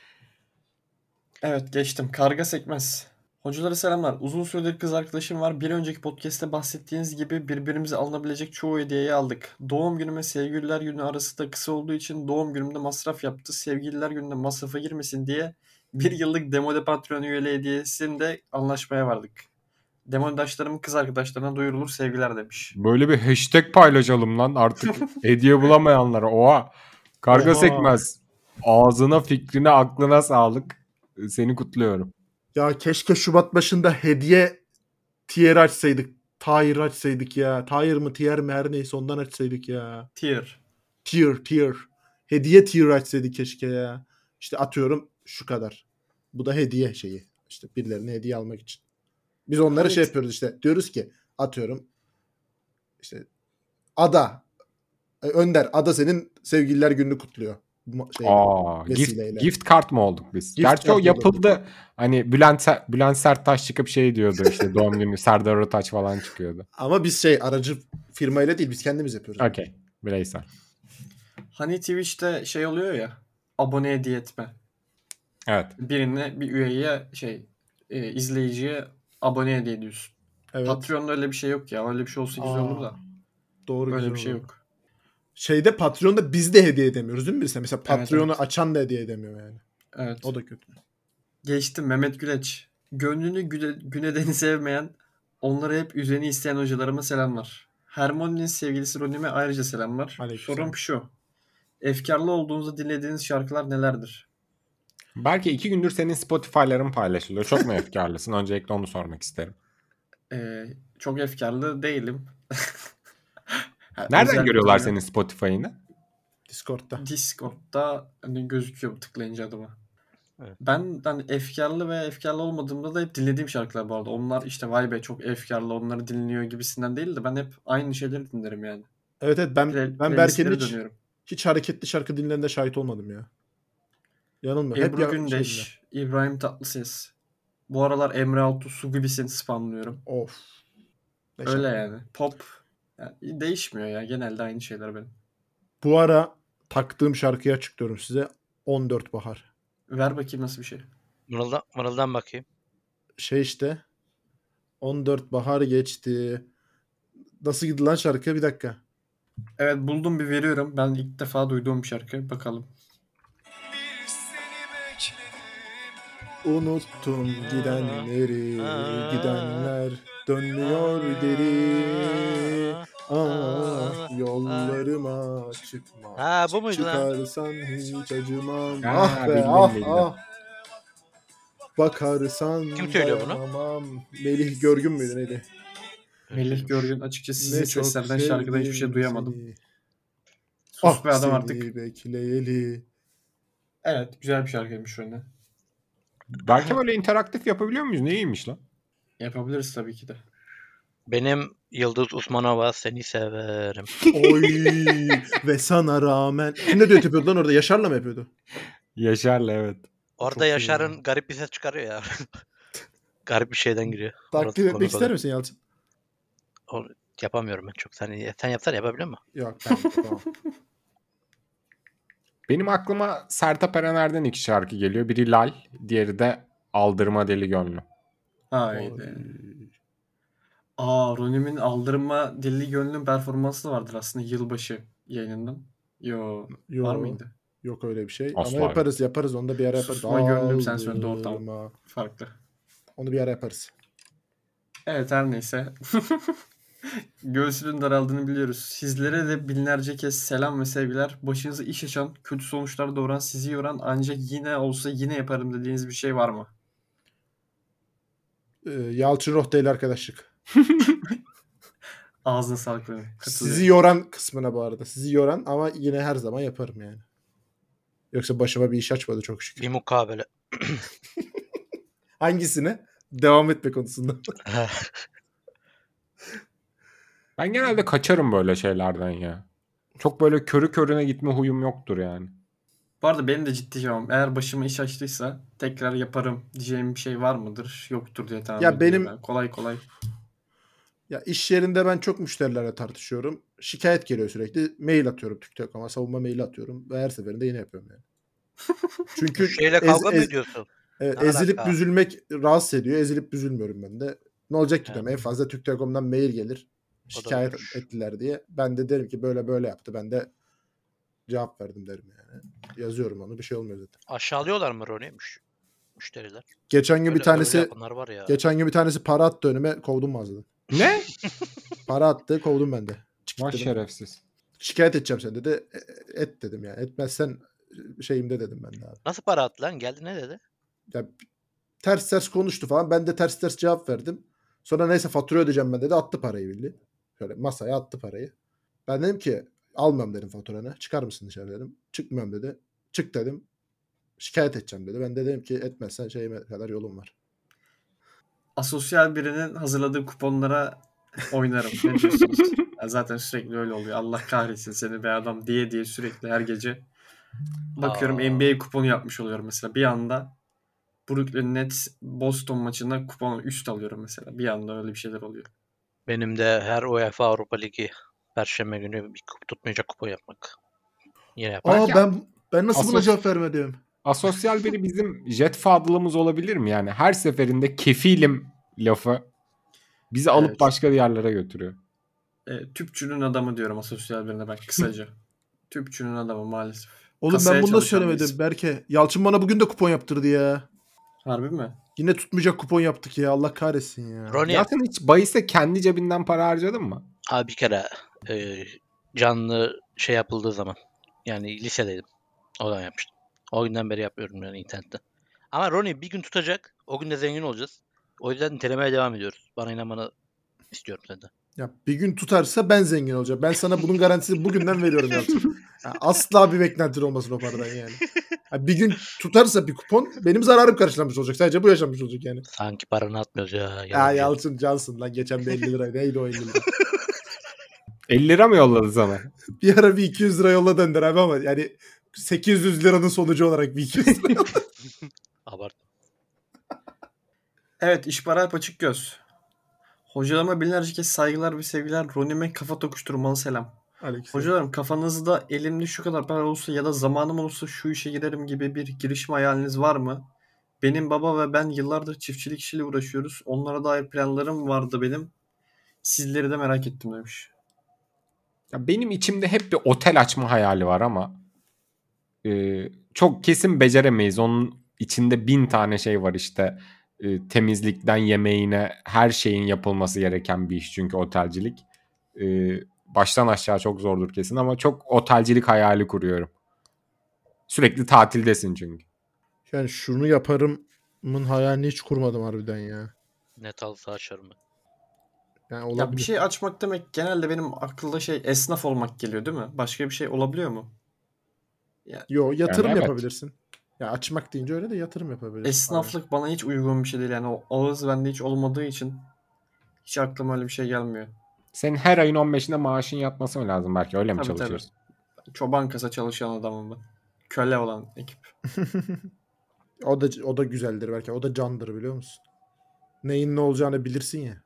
Evet geçtim. Karga sekmez. Hocalara selamlar. Uzun süredir kız arkadaşım var. Bir önceki podcast'te bahsettiğiniz gibi birbirimize alınabilecek çoğu hediyeyi aldık. Doğum günü ve sevgililer günü arası da kısa olduğu için doğum günümde masraf yaptı. Sevgililer gününde masrafa girmesin diye bir yıllık Demode Patreon üyeliği hediyesinde anlaşmaya vardık. Demodaşlarımın kız arkadaşlarına duyurulur sevgiler demiş. Böyle bir hashtag paylaşalım lan artık hediye bulamayanlara. Oha. Karga Oha. sekmez. Ağzına, fikrine, aklına sağlık. Seni kutluyorum. Ya keşke Şubat başında hediye tier açsaydık. Tier açsaydık ya. Tier mı tier mi her neyse ondan açsaydık ya. Tier. Tier tier. Hediye tier açsaydık keşke ya. İşte atıyorum şu kadar. Bu da hediye şeyi. İşte birilerine hediye almak için. Biz onlara Evet. şey yapıyoruz işte. Diyoruz ki atıyorum işte Ada Önder Ada senin sevgililer gününü kutluyor. Bu Şey, Aa, gift, vesileyle. gift kart mı olduk biz? Gift Gerçi o kart yapıldı. Hani Bülent Se- Bülent Serttaş çıkıp şey diyordu işte doğum günü Serdar Ortaç falan çıkıyordu. Ama biz şey aracı firmayla değil biz kendimiz yapıyoruz. Okey. Bireysel. Hani Twitch'te şey oluyor ya. abone hediye etme. Evet. Birine, bir üyeye şey e, izleyiciye abone hediye ediyorsun. Evet. Patreon'da öyle bir şey yok ya. Öyle bir şey olsa güzel olur da. Doğru, Öyle güzel bir şey olur. yok. Şeyde Patreon'da biz de hediye edemiyoruz değil mi birisi? Mesela Evet, Patreon'u evet. açan da hediye edemiyor yani. Evet. O da kötü. Geçtim Mehmet Güleç. Gönlünü güne, Günedeni sevmeyen, onları hep üzeni isteyen hocalarıma selamlar. Hermione'nin sevgilisi Ronim'e ayrıca selamlar. Aleykümselam. Sorum şu. Efkarlı olduğunuzda dinlediğiniz şarkılar nelerdir? Belki iki gündür senin Spotify'ların paylaşılıyor. Çok mu efkarlısın? Öncelikle onu sormak isterim. Ee, çok efkarlı değilim. Ha, Nereden özel bir görüyorlar durum yok. senin Spotify'ını? Discord'da. Discord'da hani gözüküyor tıklayınca adıma. Evet. Ben hani efkarlı ve efkarlı olmadığımda da hep dinlediğim şarkılar bu arada. Onlar işte vay be çok efkarlı, onları dinliyor gibisinden değil de ben hep aynı şeyleri dinlerim yani. Evet evet ben Play, ben Berke'nin playlistlere hiç, dönüyorum. hiç hareketli şarkı dinlerinde şahit olmadım ya. Yanılmıyor. Hep Ebru ya, şey Gündeş, İbrahim Tatlıses. Bu aralar Emre Altuğ, Su Gibisin spamlıyorum. of. Ne Öyle şarkı. yani. Pop yani değişmiyor ya. Genelde aynı şeyler benim. Bu ara taktığım şarkıya açıklıyorum size. on dört Bahar. Ver bakayım nasıl bir şey. Mırıldan, mırıldan bakayım. Şey işte. on dört Bahar geçti. Nasıl gidiyor lan şarkı? Bir dakika. Evet buldum bir veriyorum. Ben ilk defa duyduğum bir şarkı. Bakalım. Unuttum gidenleri, gidenler dönmüyor geri. Ah yollarıma çıkma. Ha, bu muydu lan? Çıkarsan hiç acımam. Ha, ah be bildim, ah bildim. ah. Bakarsan Kim söylüyor bunu? dayanamam. Melih Görgün müydü neydi? Melih Görgün açıkçası sizin Ne çok seslerden şarkıda hiçbir şey sevdim duyamadım. seni. Sus Ah be adam seni artık. bekleyeli. Evet güzel bir şarkıymış öyle. Belki böyle interaktif yapabiliyor muyuz? Neymiş lan? Yapabiliriz tabii ki de. Benim Yıldız Usmanova seni severim. Oy ve sana rağmen. Kimle düet yapıyordu lan orada? Yaşar'la mı yapıyordu? Yaşar'la evet. Orada Çok iyi Yaşar'ın ya. garip bir ses çıkarıyor ya. Garip bir şeyden giriyor. Taklit Orası etmek komik ister oluyor. misin Yalçın? O- yapamıyorum ben çok. Sen, sen yapsana yapabiliyor musun? Yok ben tamam. Benim aklıma Sertab Erener'den iki şarkı geliyor. Biri Lal, diğeri de Aldırma Deli Gönlüm. Haydi. Aa Ronim'in Aldırma Deli Gönlüm performansı da vardır aslında yılbaşı yayınından. Yo, Yo, var mıydı? Yok öyle bir şey. Asla Ama yaparız yaparız. Onu da bir ara yaparız. Susma gönlüm sen söyle doğru tamam. Aldırma. Farklı. Onu bir ara yaparız. Evet her neyse. Göğsünün daraldığını biliyoruz. Sizlere de binlerce kez selam ve sevgiler. Başınıza iş açan, kötü sonuçlar doğuran, sizi yoran ancak yine olsa yine yaparım dediğiniz bir şey var mı? Ee, Yalçın Rohde ile arkadaşlık. Ağzına sağlık benim. Sizi yoran kısmına bu arada. Sizi yoran ama yine her zaman yaparım yani. Yoksa başıma bir iş açmadı çok şükür. Bir mukabele. Hangisine? Devam etme konusunda. Ben genelde kaçarım böyle şeylerden ya. Çok böyle körü körüne gitme huyum yoktur yani. Bu arada benim de ciddi cevabım. Eğer başıma iş açtıysa tekrar yaparım diyeceğim bir şey var mıdır? Yoktur diye tahmin Ya ediyorum. benim- ben. Kolay kolay. Ya iş yerinde ben çok müşterilerle tartışıyorum. Şikayet geliyor sürekli. Mail atıyorum TikTok'a. Savunma maili atıyorum. Ve her seferinde yine yapıyorum yani. Çünkü Şeyle ez- kavga mı ez- ediyorsun? evet, Ne ezilip alaka? büzülmek rahatsız ediyor. Ezilip büzülmüyorum ben de. Ne olacak ki Yani. diyorum. En fazla Türk Telekom'dan mail gelir. Şikayet doğrudur. ettiler diye. Ben de derim ki böyle böyle yaptı. Ben de cevap verdim derim yani. Yazıyorum onu. Bir şey olmuyor zaten. Aşağılıyorlar mı Roni müş- müşteriler? Geçen gün Öyle, bir tanesi öyle yapanlar var ya. geçen gün bir tanesi para attı önüme. Kovdum mağazadan. Ne? Para attı. Kovdum ben de. Çık Vay dedim. şerefsiz. Şikayet edeceğim seni dedi. E- Et dedim yani. Etmezsen şeyimde dedim ben de abi. Nasıl para attı lan? Geldi ne dedi? Ya, ters ters konuştu falan. Ben de ters ters cevap verdim. Sonra neyse fatura ödeyeceğim ben dedi. Attı parayı bildi. Şöyle masaya attı parayı. Ben dedim ki almam dedim faturanı. Çıkar mısın dışarı dedim. Çıkmıyorum dedi. Çık dedim. Şikayet edeceğim dedi. Ben de dedim ki etmezsen şeyime kadar yolum var. Asosyal birinin hazırladığı kuponlara oynarım. Ne diyorsunuz? Ya zaten sürekli öyle oluyor. Allah kahretsin seni be adam diye diye sürekli her gece. Bakıyorum Aa. N B A kuponu yapmış oluyorum mesela. Bir anda Brooklyn Nets Boston maçında kupon üst alıyorum mesela. Bir anda öyle bir şeyler oluyor. Benim de her UEFA Avrupa Ligi Perşembe günü bir kup tutmayacak kupon yapmak. Yine yapmak. Aa Belki- ben Ben nasıl buna Asos- cevap vermedim? Asosyal biri bizim jet fadılımız olabilir mi? Yani her seferinde kefilim lafı bizi alıp Evet. başka yerlere götürüyor. E, tüpçünün adamı diyorum asosyal birine ben kısaca. Tüpçünün adamı maalesef. Oğlum Kasaya ben bunu da çalışan söylemedim birisi. Berke. Yalçın bana bugün de kupon yaptırdı ya. Harbi mi? Yine tutmayacak kupon yaptık ya. Allah kahretsin ya. Ronnie Ya sen hiç bahise kendi cebinden para harcadın mı? abi bir kere e, canlı şey yapıldığı zaman yani lisedeydim. O zaman yapmıştım. O günden beri yapıyorum yani internette. Ama Ronnie bir gün tutacak. O gün de zengin olacağız. O yüzden nitelemeye devam ediyoruz. Bana inanmanı istiyorum senden. Ya bir gün tutarsa ben zengin olacağım. Ben sana bunun garantisini bugünden veriyorum Yalçın. Ya asla bir beklentin olmasın o paradan yani. Ya bir gün tutarsa bir kupon benim zararım karşılanmış olacak. Sadece bu yaşanmış olacak yani. Sanki paranı atmıyoruz ya. Ya Yalancı. Yalçın cansın lan. Geçen bir elli lira. Neydi o elli lira? elli lira mı yolladı sana? Bir ara bir iki yüz lira yolla dönder abi ama yani sekiz yüz liranın sonucu olarak bir iki yüz lira yolla. Abart. Evet, İşbar Alp Açık Göz. Hocalarıma binlerce kez saygılar ve sevgiler. Ronnie'me kafa tokuşturmalı selam. Aleykümselam. Hocalarım, kafanızda elimde şu kadar para olursa ya da zamanım olursa şu işe girerim gibi bir girişim hayaliniz var mı? Benim baba ve ben yıllardır çiftçilik işiyle uğraşıyoruz. Onlara dair planlarım vardı benim. Sizleri de merak ettim demiş. Ya benim içimde hep bir otel açma hayali var ama e, çok kesin beceremeyiz. Onun içinde bin tane şey var işte. E, temizlikten yemeğine her şeyin yapılması gereken bir iş çünkü otelcilik. E, baştan aşağı çok zordur kesin ama çok otelcilik hayali kuruyorum. Sürekli tatildesin çünkü. Yani şunu yaparımın hayalini hiç kurmadım harbiden ya. Net alsa açarım ben. Yani Ya olabilir. bir şey açmak demek genelde benim akılda şey esnaf olmak geliyor değil mi? Başka bir şey olabiliyor mu? Yo yatırım Yani evet. yapabilirsin. Ya açmak deyince öyle de yatırım yapabilirsin. Esnaflık bana hiç uygun bir şey değil. Yani o ağız bende hiç olmadığı için hiç aklıma öyle bir şey gelmiyor. Senin her ayın on beşinde maaşın yatması mı lazım belki öyle mi Tabii, çalışıyorsun? Çoban kasa çalışan adamım ben. Köle olan ekip. O da o da güzeldir belki. O da candır biliyor musun? Neyin ne olacağını bilirsin ya.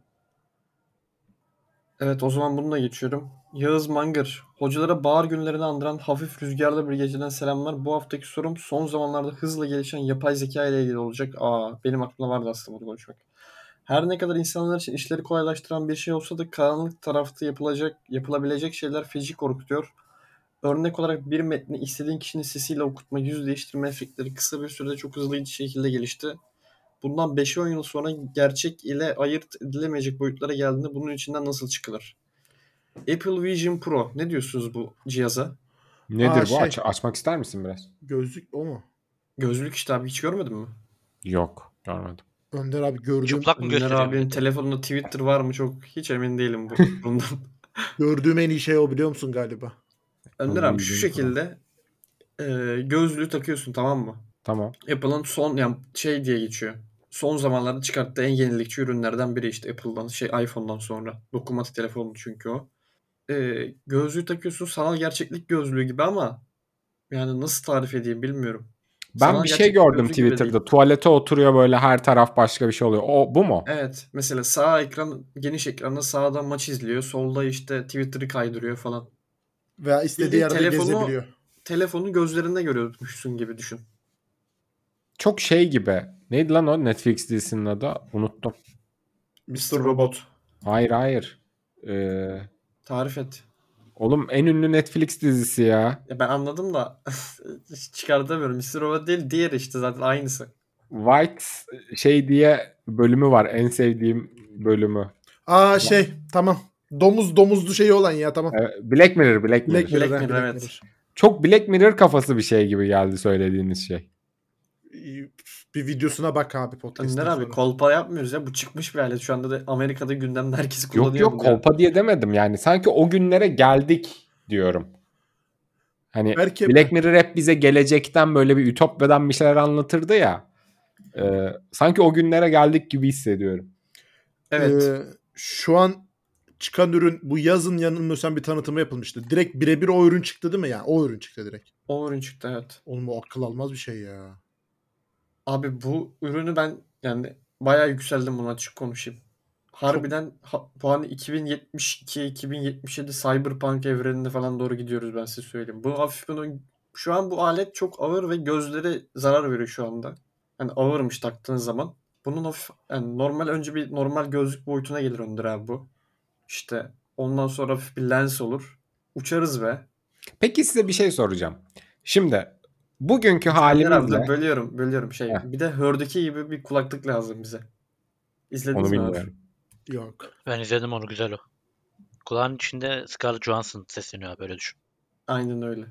Evet, o zaman bununla geçiyorum. Yağız Mangır. Hocalara bahar günlerini andıran hafif rüzgarlı bir geceden selamlar. Bu haftaki sorum son zamanlarda hızla gelişen yapay zeka ile ilgili olacak. Aa, benim aklımda vardı aslında bunu konuşmak. Her ne kadar insanlar için işleri kolaylaştıran bir şey olsa da karanlık tarafta yapılacak, yapılabilecek şeyler feci korkutuyor. Örnek olarak bir metni istediğin kişinin sesiyle okutma, yüz değiştirme efektleri kısa bir sürede çok hızlı bir şekilde gelişti. Bundan beş on yıl sonra gerçek ile ayırt edilemeyecek boyutlara geldiğinde bunun içinden nasıl çıkılır? Apple Vision Pro. Ne diyorsunuz bu cihaza? Nedir Aa, bu? şey. Aç- açmak ister misin biraz? Gözlük o mu? Gözlük işte abi, hiç görmedin mi? Yok görmedim. Önder abi gördüğüm Çıplak mı Önder gösteriyor abinin millete? telefonunda Twitter var mı çok hiç emin değilim bu bundan. gördüğüm en iyi şey o biliyor musun galiba? Önder abi şu Vision Pro. şekilde e, gözlüğü takıyorsun, tamam mı? Tamam. Apple'ın son yani şey diye geçiyor. Son zamanlarda çıkarttığı en yenilikçi ürünlerden biri işte Apple'dan şey iPhone'dan sonra. Dokunmatik telefonu çünkü o. Ee, gözlüğü takıyorsun, sanal gerçeklik gözlüğü gibi ama yani nasıl tarif edeyim bilmiyorum. Ben Sanal bir şey gerçeklik gördüm gözlüğü gibi de Twitter'da. değil. Tuvalete oturuyor böyle her taraf başka bir şey oluyor. O bu mu? Evet, mesela sağ ekran, geniş ekranda sağda maç izliyor, solda işte Twitter'ı kaydırıyor falan. Veya istediği Bildiğin yerde telefonu- gezebiliyor. Telefonu gözlerinde görüyormuşsun gibi düşün. Çok şey gibi. Neydi lan o Netflix dizisinin adı? Unuttum. mister Robot. Hayır hayır. Ee, Tarif et. oğlum en ünlü Netflix dizisi ya. Ya ben anladım da çıkartamıyorum. mister Robot değil, diğer işte zaten aynısı. White şey diye bölümü var. En sevdiğim bölümü. Aa şey tamam. Domuz domuzlu şeyi olan ya tamam. Ee, Black Mirror, Black Mirror. Black Mirror. Black ha, Mirror, Black evet. Mirror. Çok Black Mirror kafası bir şey gibi geldi söylediğiniz şey. Bir videosuna bak abi podcast'ten Önder abi sonra. kolpa yapmıyoruz ya. Bu çıkmış bir alet. Şu anda da Amerika'da gündemde herkes kullanıyor Yok yok bunu ya. kolpa diye demedim yani. Sanki o günlere geldik diyorum. Hani Belki- Black Mirror hep bize gelecekten böyle bir ütopyadan bir şeyler anlatırdı ya. E, sanki o günlere geldik gibi hissediyorum. Evet. Ee, şu an çıkan ürün bu yazın yanılmıyorsam bir tanıtımı yapılmıştı. Direkt birebir o ürün çıktı değil mi? Yani o ürün çıktı direkt. O ürün çıktı, evet. Oğlum o akıl almaz bir şey ya. Abi bu ürünü ben yani bayağı yükseldim, buna açık konuşayım. Harbiden ha, puanı iki bin yetmiş iki iki bin yetmiş yedi Cyberpunk evreninde falan doğru gidiyoruz, ben size söyleyeyim. Bu hafif bunun Şu an bu alet çok ağır ve gözlere zarar veriyor şu anda. Hani ağırmış taktığınız zaman. Bunun hafif, yani normal önce bir normal gözlük boyutuna gelir Önder abi bu. İşte ondan sonra hafif bir lens olur. Uçarız be. Peki size bir şey soracağım. Şimdi bugünkü Önder abi halimizle dur bölüyorum bölüyorum şey. Heh. Bir de Hör'deki gibi bir kulaklık lazım bize. İzlediniz onu mi abi? bilmiyorum. Yok. Ben izledim onu, güzel o. Kulağın içinde Scarlett Johansson sesleniyor abi, öyle düşün. Aynen öyle.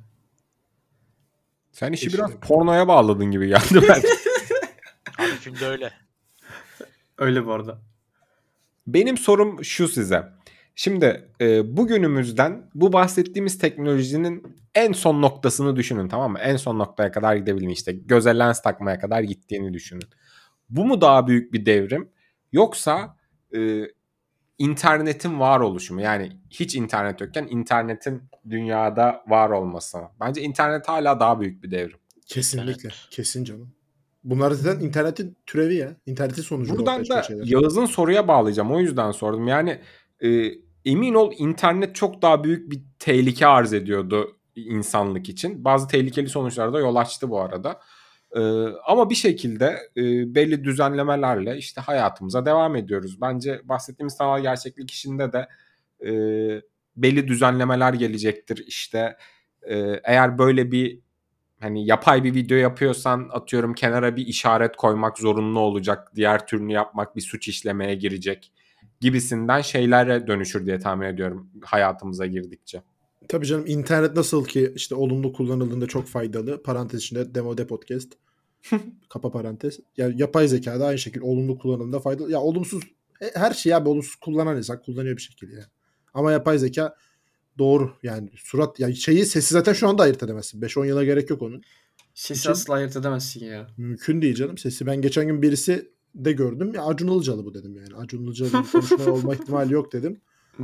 Sen işi İşte. biraz pornoya bağladın gibi geldi ben. Abi filmde öyle. Öyle bu arada. Benim sorum şu size. Şimdi e, bugünümüzden bu bahsettiğimiz teknolojinin en son noktasını düşünün, tamam mı? En son noktaya kadar gidebilin, işte göze lens takmaya kadar gittiğini düşünün. Bu mu daha büyük bir devrim, yoksa e, internetin var oluşu mu? Yani hiç internet yokken internetin dünyada var olması mı? Bence internet hala daha büyük bir devrim. Kesinlikle. İnternet. Kesin canım. Bunlar zaten internetin türevi ya. İnternetin sonucunda ortaya Buradan çıkan da şeyler. Yağız'ın soruya bağlayacağım. O yüzden sordum. Yani e, emin ol internet çok daha büyük bir tehlike arz ediyordu insanlık için. Bazı tehlikeli sonuçlara da yol açtı bu arada. E, ama bir şekilde e, belli düzenlemelerle işte hayatımıza devam ediyoruz. Bence bahsettiğimiz sanal gerçeklik işinde de e, belli düzenlemeler gelecektir. İşte e, eğer böyle bir hani yapay bir video yapıyorsan, atıyorum, kenara bir işaret koymak zorunlu olacak. Diğer türünü yapmak bir suç işlemeye girecek gibisinden şeylere dönüşür diye tahmin ediyorum hayatımıza girdikçe. Tabii canım, internet nasıl ki işte olumlu kullanıldığında çok faydalı. Parantez içinde Demode Podcast. Kapa parantez. Yani yapay zeka da aynı şekilde olumlu kullanımda faydalı. Ya olumsuz her şeyi abi olumsuz kullanan insan kullanıyor bir şekilde ya. Ama yapay zeka doğru yani surat ya şeyi sesi zaten şu anda ayırt edemezsin. beş on yıla gerek yok onun. Sesi İçin- asla ayırt edemezsin ya. Mümkün değil canım sesi. Ben geçen gün birisi de gördüm. Ya Acun Ilıcalı bu dedim yani. Acun Ilıcalı'nın konuşma olma ihtimali yok dedim.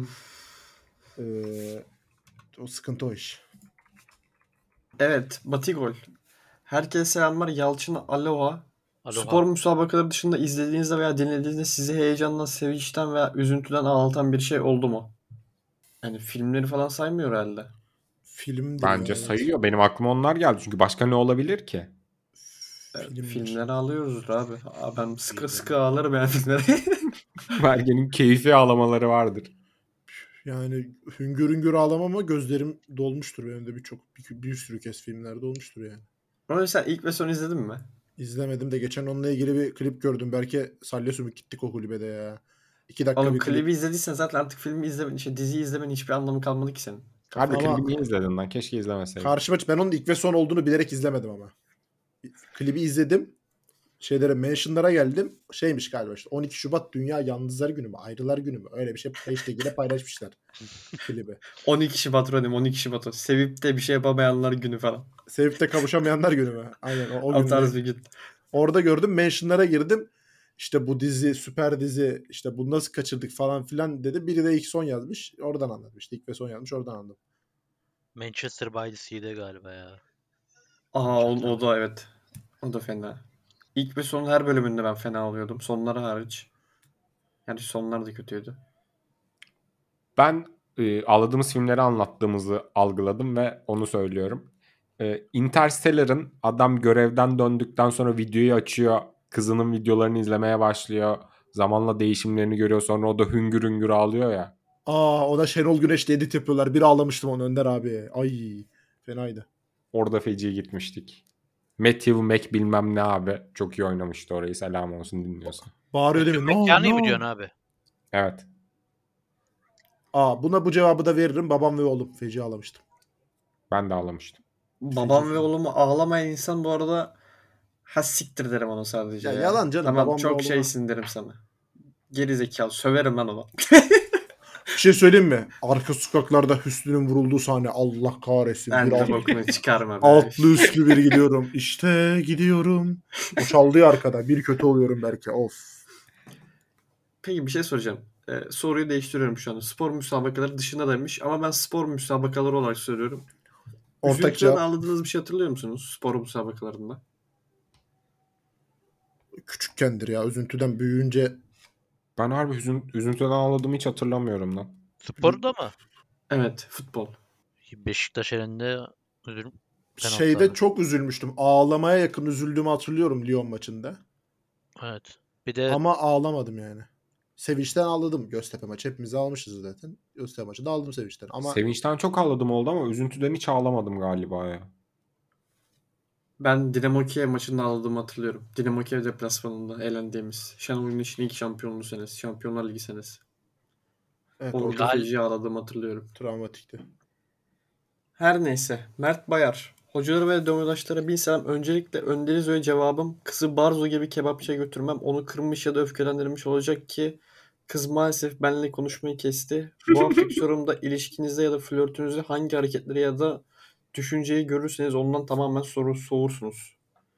Ee, o sıkıntı o iş. Evet, Batigol. Herkese selamlar. Yalçın Aloha. Aloha. Spor müsabakaları dışında izlediğinizde veya dinlediğinizde sizi heyecandan, sevinçten veya üzüntüden ağlatan bir şey oldu mu? Yani filmleri falan saymıyor herhalde. Filmdir Bence ya, evet. sayıyor. Benim aklıma onlar geldi. Çünkü başka ne olabilir ki? Evet, Filmler. filmleri ağlıyoruzdur abi. Aa, ben sıkı sıkı ağlarım yani filmlere. Belgenin keyfi ağlamaları vardır. Yani hüngür hüngür ağlamam ama gözlerim dolmuştur. Benim de birçok bir, bir sürü kez filmlerde olmuştur yani. Ama mesela ilk ve son izledin mi? İzlemedim de geçen onunla ilgili bir klip gördüm. Belki salya sümük gittik o kulübede ya. İki dakika Oğlum bir klip. klibi izlediysen zaten artık filmi izlemen, işte diziyi izlemenin hiçbir anlamı kalmadı ki senin. Harbi Ama- klibi niye izledin lan? Keşke izlemeseydin. Karşıma ben onun ilk ve son olduğunu bilerek izlemedim ama. Klibi izledim. Şeylere mentionlara geldim. Şeymiş galiba işte on iki Şubat Dünya Yalnızlar Günü mü? Ayrılar Günü mü? Öyle bir şey hashtag ile paylaşmışlar klibi. on iki Şubat Rodim, on iki Şubat o. Sevip de bir şey yapamayanlar günü falan. Sevip de kavuşamayanlar günü mü? Aynen o, o O gün. tarz bir gün. Orada gördüm, mentionlara girdim. İşte bu dizi süper dizi, işte bu nasıl kaçırdık falan filan dedi. Biri de ilk son yazmış. Oradan anladım. İşte ilk ve son yazmış. Oradan anladım. Manchester by the Sea'de galiba ya. Aa o, o da evet. O da fena. İlk ve son her bölümünde ben fena oluyordum. Sonları hariç. Yani sonlar da kötüydü. Ben e, ağladığımız filmleri anlattığımızı algıladım ve onu söylüyorum. E, Interstellar'ın adam görevden döndükten sonra videoyu açıyor. Kızının videolarını izlemeye başlıyor. Zamanla değişimlerini görüyor. Sonra o da hüngür hüngür ağlıyor ya. Aa o da Şenol Güneş'le edit yapıyorlar. Bir ağlamıştım onu Önder abi. Ay fenaydı. Orada feci gitmiştik. Matthew Mac bilmem ne abi. Çok iyi oynamıştı orayı. Selam olsun dinliyorsan. Bağırıyor değil mi? No, Yani no. mi diyorsun abi? Evet. Aa buna bu cevabı da veririm. Babam ve oğlum. Feci ağlamıştım. Ben de ağlamıştım. Babam Feci ve film. oğlumu ağlamayan insan bu arada ha siktir derim ona sadece Ya ya. yalan canım, Tamam babam ve çok oğluma- şeysin derim sana. Geri zekalı söverim ben ona. Bir şey söyleyeyim mi? Arka sokaklarda Hüsnü'nün vurulduğu sahne. Allah kahretsin. Ben Bir de alt- bokunu çıkarma be. altlı üstlü bir gidiyorum. İşte gidiyorum. O çaldığı arkada. Bir kötü oluyorum belki. Of. Peki bir şey soracağım. Ee, soruyu değiştiriyorum şu anda. Spor müsabakaları dışında demiş ama ben spor müsabakaları olarak söylüyorum. Ortak Üzüntüden cevap. ağladığınız bir şey hatırlıyor musunuz spor müsabakalarında? Küçükkendir ya. Üzüntüden büyüyünce Ben harbi hüzün, üzüntüden ağladığımı hiç hatırlamıyorum lan. Sporda mı? Evet futbol. Beşiktaş elinde üzülüm. Şeyde penaltılarda. çok üzülmüştüm. Ağlamaya yakın üzüldüğümü hatırlıyorum Lyon maçında. Evet. Bir de Ama ağlamadım yani. Sevinçten ağladım. Göztepe maçı hepimiz almışız zaten. Göztepe maçında aldım sevinçten. Ama Sevinçten çok ağladım oldu ama üzüntüden hiç ağlamadım galiba ya. Ben Dinamo Kiev maçında ağladığımı hatırlıyorum. Dinamo Kiev deplasmanında elendiğimiz. Şenol Güneş'in ilk şampiyonluğu senesi. Şampiyonlar Ligi senesi. evet, o Orada Gal- feci ağladığımı hatırlıyorum. travmatikti. Her neyse. Mert Bayar. Hocaları ve dövmedaşlara bin selam. Öncelikle Önderiz ve cevabım kızı Barzo gibi kebapçıya götürmem. Onu kırmış ya da öfkelendirmiş olacak ki kız maalesef benimle konuşmayı kesti. Bu haftaki sorumda ilişkinizde ya da flörtünüzde hangi hareketleri ya da düşünceyi görürseniz ondan tamamen soru soğursunuz.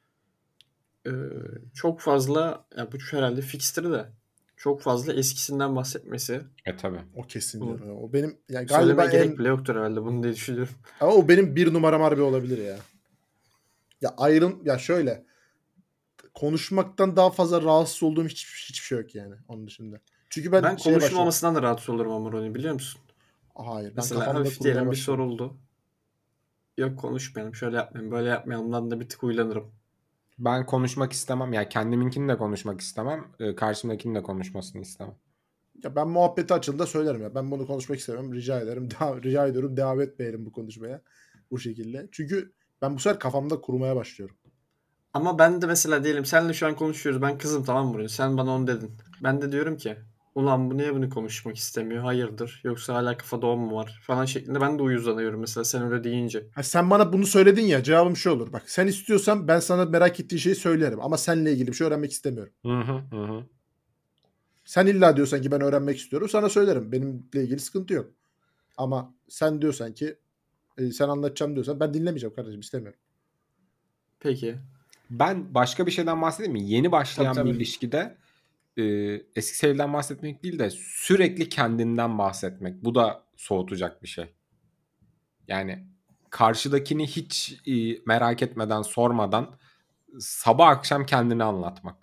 Ee, çok fazla ya bu herhalde fixtir de çok fazla eskisinden bahsetmesi. E tabi. O kesin Bu- canım. O benim yani Söylemeye galiba gerek en bile yoktur herhalde bunu diye düşünüyorum. ama o benim bir numaram harbi olabilir ya. Ya ayrım ya şöyle konuşmaktan daha fazla rahatsız olduğum hiç, hiçbir şey yok yani onun dışında. Çünkü ben, Ben şeye başladım. konuşmamasından da rahatsız olurum Amoroni biliyor musun? Hayır ben Mesela kafamda hafif kurmaya diyelim bir başladım. soruldu. Yok konuşmayalım, şöyle yapmayalım, böyle yapmayalımdan da bir tık uylanırım. Ben konuşmak istemem. Yani kendiminkini de konuşmak istemem. e, Karşımdakinin de konuşmasını istemem. Ya ben muhabbeti açıldığında söylerim ya. Ben bunu konuşmak istemiyorum. Rica ederim. Devam, rica ediyorum. Devam etmeyelim bu konuşmaya. Bu şekilde. Çünkü ben bu sefer kafamda kurmaya başlıyorum. Ama ben de mesela diyelim senle şu an konuşuyoruz. Ben kızım tamam mı buraya? Sen bana onu dedin. Ben de diyorum ki ulan bu niye bunu konuşmak istemiyor? Hayırdır? Yoksa hala kafada o mu var? Falan şeklinde ben de uyuzlanıyorum mesela sen öyle deyince. Ha, sen bana bunu söyledin ya cevabım şu olur. Bak sen istiyorsan ben sana merak ettiğin şeyi söylerim. Ama seninle ilgili bir şey öğrenmek istemiyorum. Hı hı hı. hı. Sen illa diyorsan ki ben öğrenmek istiyorum. Sana söylerim. Benimle ilgili sıkıntı yok. Ama sen diyorsan ki e, sen anlatacağım diyorsan ben dinlemeyeceğim kardeşim istemiyorum. Peki. Ben başka bir şeyden bahsedeyim mi? Yeni başlayan Tabii, bir tabii. ilişkide e, eski sevgiliden bahsetmek değil de sürekli kendinden bahsetmek. Bu da soğutacak bir şey. Yani karşıdakini hiç e, merak etmeden, sormadan sabah akşam kendini anlatmak.